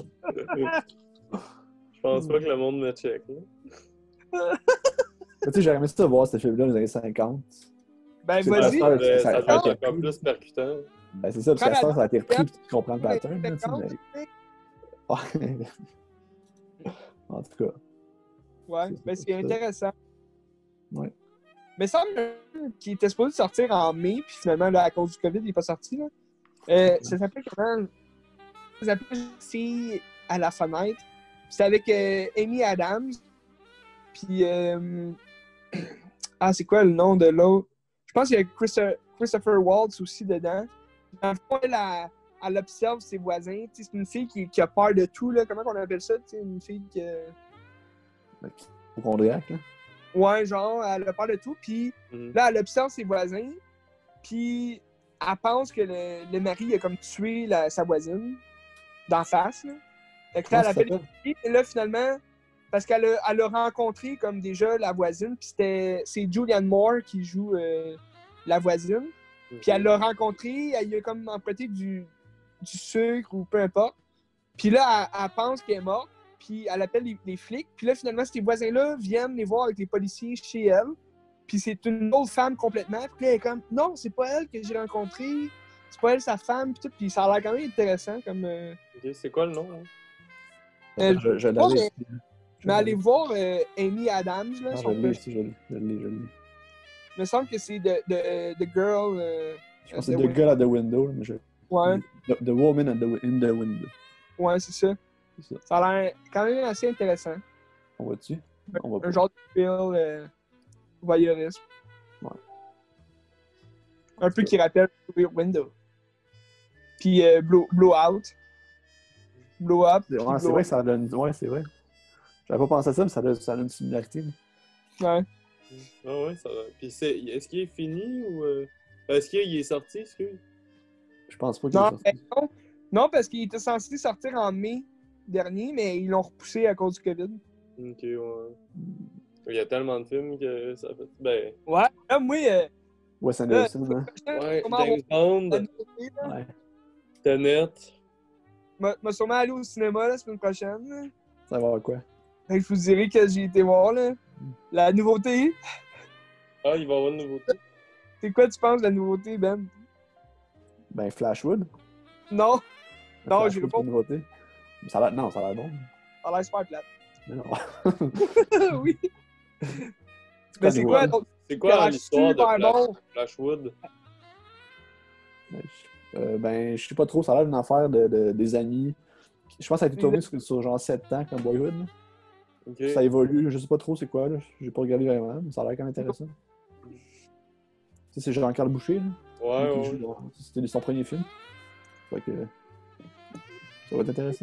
je pense pas que le monde me check. Là. Tu sais, j'aurais aimé ça voir ce film-là dans les années 50. Ben, C'est vas-y. pas- Ça ça- doit être ça- encore plus percutant. Ben, c'est ça, parce qu'à ce temps, ça a été repris, puis tu comprends le pattern. Là, tu sais, mais- Ouais. En tout cas. Ouais, ben c'est intéressant. Ouais. Mais ça semble qu'il était supposé sortir en mai, puis finalement, là, à cause du COVID, il n'est pas sorti. Là. Ça s'appelle comment? Ça s'appelle C'est à la fenêtre. C'est avec Amy Adams. Puis, ah, c'est quoi le nom de l'autre? Je pense qu'il y a Christopher Waltz aussi dedans. Dans le fond, elle observe ses voisins. Tu sais, c'est une fille qui a peur de tout. Là. Comment on appelle ça? Tu sais, une fille qui... Hypochondriaque, là. Ouais, genre, elle a peur de tout. Puis là, elle observe ses voisins. Puis elle pense que le mari a comme tué sa voisine d'en face. Là. Fait que là, elle Comment ça appelle les s'appelle? policiers. Et là, finalement, parce qu'elle a rencontré comme déjà la voisine. Puis c'est Julianne Moore qui joue la voisine. Puis elle l'a rencontré. Elle lui a comme emprunté du sucre ou peu importe. Puis là, elle pense qu'elle est morte. Puis elle appelle les flics. Puis là, finalement, ces voisins-là viennent les voir avec les policiers chez elle. Puis c'est une autre femme complètement. Puis là, elle est comme, non, c'est pas elle que j'ai rencontrée. C'est pas elle, sa femme. Puis tout. Puis ça a l'air quand même intéressant. Comme, Ok, c'est quoi le nom? Hein? Je l'avais ici. mais allez voir Amy Adams. Là, Ah, je son l'ai personnage. ici, je l'ai. Il me semble que c'est The Girl. Je pense que c'est The Girl at the Window, mais je... Ouais, The Woman in the Window. ouais, c'est ça. C'est ça. Ça a l'air quand même assez intéressant. On va dessus? On va Un pas. genre de film voyeurisme. Ouais. Un peu qui rappelle Rear Window. Puis Blowout. Blow Up. puis Ouais, c'est Blow vrai Up. que ça donne. Ouais, c'est vrai. J'avais pas pensé à ça, mais ça a une similarité. là. Ouais. Ah ouais, ça va. Puis est-ce qu'il est fini ou... Est-ce qu'il est sorti, excuse? Je pense pas qu'il est Non, sorti. non, non, parce qu'il était censé sortir en mai dernier, mais ils l'ont repoussé à cause du COVID. Ok, ouais. Il y a tellement de films que ça fait... Ben, Ouais. Là, moi, Wes Anderson, hein? ouais, comment James Bond, la nouveauté, là? Ouais. Tenet. M'a sûrement allé au cinéma la semaine prochaine. Là. Ça va avoir quoi? Fait que je vous dirai que j'ai été voir. Là. La nouveauté. Ah, il va y avoir une nouveauté. C'est quoi tu penses de la nouveauté, Ben? Ben, Flashwood. Non, Non, Flashwood, j'irai pas. c'est une nouveauté. Ça a l'air... Non, ça a l'air bon. ça a l'air super plate. Mais non. Oui. Mais c'est quoi l'autre? C'est quoi l'histoire de super bon. Flashwood? Je sais pas trop, ça a l'air d'une affaire des amis. Je pense que ça a été tourné sur genre 7 ans comme Boyhood. Là. Okay. Ça évolue, je sais pas trop c'est quoi, là. J'ai pas regardé vraiment, mais ça a l'air quand même intéressant. C'est Jean-Carl Boucher, là. Ouais. C'était son premier film. Fait que ça va être intéressant.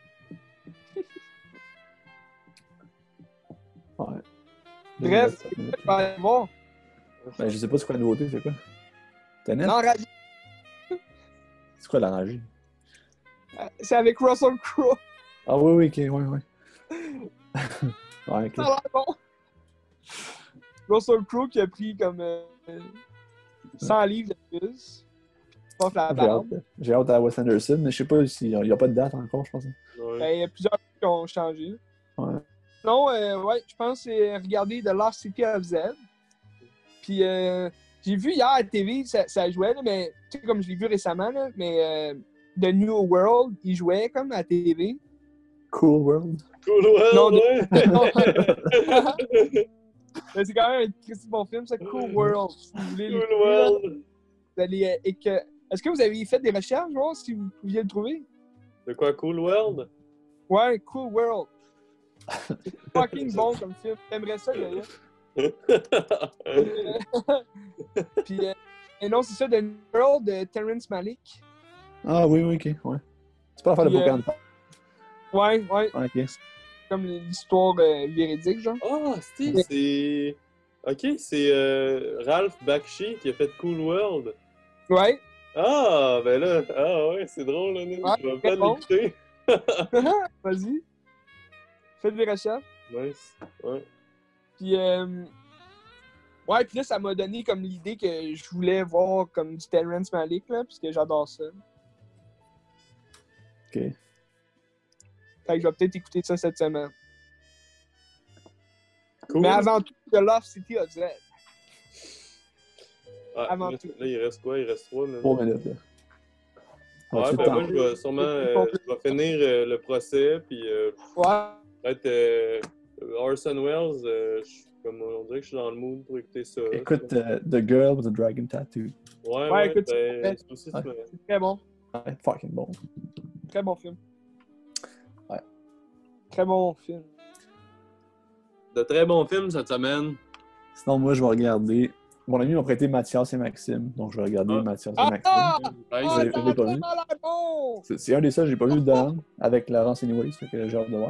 Ouais. Bref, je vais aller voir. Ben, je sais pas c'est quoi la nouveauté, c'est quoi? Tenet? L'enragé. C'est quoi l'enragé? C'est avec Russell Crowe. Ah oui, ok, ouais. Ouais, ok. Ça a l'air bon. Russell Crowe qui a pris comme 100 livres de plus. Pas la barbe. J'ai hâte à Wes Anderson, mais je sais pas s'il n'y a pas de date encore, je pense. Ouais. Ben, il y a plusieurs trucs qui ont changé. Ouais. Non, ouais, je pense que c'est regarder The Lost City of Z. Puis j'ai vu hier à la TV, ça jouait, là, mais tu sais, comme je l'ai vu récemment, là, mais The New World, il jouait comme à la TV. Cool World. Cool World, Non, ouais! Mais c'est quand même un très bon film, ça, Cool World. Si vous voulez Cool l'écouter, World! là, vous allez, est-ce que vous avez fait des recherches, voir si vous pouviez le trouver? De quoi, Cool World? Ouais, Cool World. C'est fucking bon comme film. T'aimerais ça, d'ailleurs. Puis, et non, c'est ça, The New World de Terrence Malick. Ah oui, ok, ouais. C'est pas l'affaire de Pocahontas. Ouais. Ok. Comme l'histoire véridique, genre. Ah, c'est... Ok, c'est Ralph Bakshi qui a fait Cool World. Ouais. Ah, ben là, ouais, c'est drôle, là, Ouais, je vais pas bon. l'écouter. Vas-y. Faites des recherches. Nice, ouais. Puis, ouais, puis là, ça m'a donné comme l'idée que je voulais voir comme du Terrence Malick, là, puisque j'adore ça. Ok. Fait que je vais peut-être écouter ça cette semaine. Cool. Mais avant tout, The Lost City of Z. Ah, avant là, tout. là, il reste quoi? Il reste 3 minutes. 3 minutes, là. Ouais, ben moi, je vais sûrement je vais finir le procès, puis Ouais. peut-être Orson Welles, on dirait que je suis dans le mood pour écouter ça. Écoute, The Girl with the Dragon Tattoo. Ouais, écoute, ben, ça aussi, ouais. C'est très bon. Ouais, fucking bon. Très bon film. Ouais. Très bon film. De très bons films cette semaine. Sinon, moi, je vais regarder. Mon ami m'a prêté Mathias et Maxime, donc je vais regarder Mathias et Maxime. Nice. J'ai pas vu. C'est un des seuls que j'ai pas vu dedans, avec Laurence Anyways, fait que j'ai hâte de voir.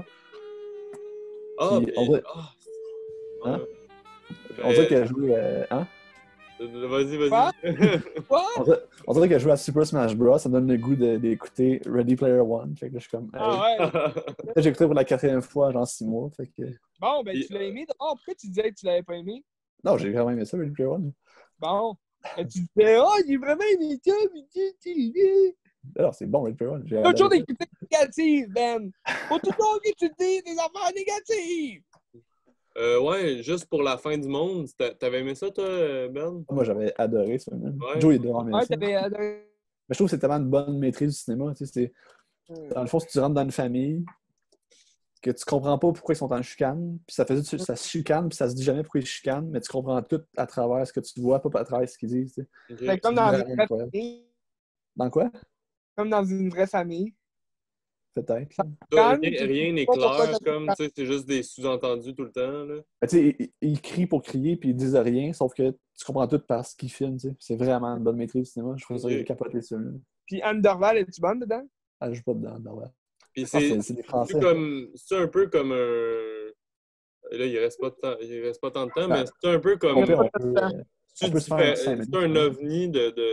Ah, Puis, puis... on dirait- Hein? On dirait qu'elle joue. Hein? Vas-y. Quoi? On dirait qu'elle joue à Super Smash Bros. Ça me donne le goût d'écouter Ready Player One. Fait que là, je suis comme. Ah ouais. Là, j'ai écouté pour la 4e fois, genre 6 mois. Fait que... Bon, ben tu l'as aimé. Oh, pourquoi tu disais que tu l'avais pas aimé? Non, j'ai vraiment aimé ça, Ready Player One. Bon. Ben, tu disais, oh, j'ai vraiment aimé ça, mais tu Alors, c'est bon, Ready Player One. J'ai T'as toujours adoré des critiques négatives, Ben. Faut tout le temps que tu dis des affaires négatives. Ouais, juste pour la fin du monde. T'avais aimé ça, toi, Ben? ça. Moi, j'avais adoré ça. Même. Ouais. Joe, il devrait aimer Ouais, ça. t'avais adoré. Mais je trouve que c'est tellement une bonne maîtrise du cinéma. Tu sais, dans le fond, si tu rentres dans une famille, que tu comprends pas pourquoi ils sont en chicane, puis ça se chicane, puis ça se dit jamais pourquoi ils se chicanent, mais tu comprends tout à travers ce que tu vois, pas à travers ce qu'ils disent. Tu sais. Okay. Ben, comme C'est dans vraiment une vraie incroyable. famille. Dans quoi? Comme dans une vraie famille. Peut-être. Rien n'est clair, comme, tu sais, c'est juste des sous-entendus tout le temps, là. Tu sais, ils crient pour crier, puis ils disent rien, sauf que tu comprends tout par ce qu'ils filment. Tu sais. C'est vraiment une bonne maîtrise du cinéma. Je trouve ça capoté sur là. Puis Anne Dorval, es-tu bonne dedans? Elle joue pas dedans. Ouais. Puis C'est des Français. c'est un peu comme un... Là, il reste pas tant de temps, mais Ben, c'est un peu comme... on peut se faire 5 C'est minutes. un ovni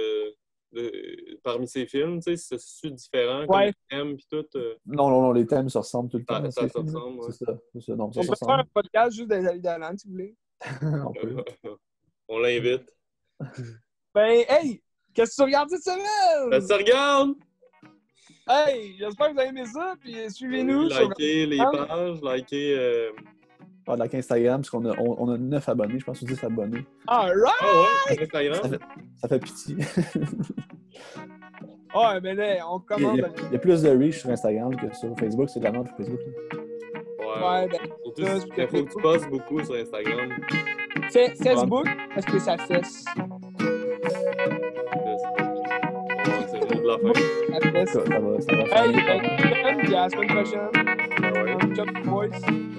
parmi ces films, tu sais, c'est différent, comme Ouais. les thèmes pis tout. Non, les thèmes se ressemblent tout le temps. Ça dans se ces films, ressemble, là. ouais. C'est ça. Non, ça On se peut faire ressemble. un podcast juste des amis d'Alan, si vous voulez. On peut. On l'invite. Ben, hey! Qu'est-ce que tu regardes cette semaine? Ça regarde! Hey! J'espère que vous avez aimé ça, puis suivez-nous sur... Likez les pages, likez... Like Instagram, parce qu'on a 9 abonnés, je pense, ou 10 abonnés. Alright! Ah ouais, sur Instagram? Ça fait pitié. Ouais, mais là, on Il commence... y a plus de reach sur Instagram que sur Facebook, c'est de la merde sur Facebook. Là. Ouais, Ouais, ben... surtout, il faut que tu postes beaucoup sur Instagram. Facebook, parce que ça fesse. C'est le mot de la fin. Ça fesse. Ça va. Hey, puis à la semaine prochaine. Ouais. Ciao, boys.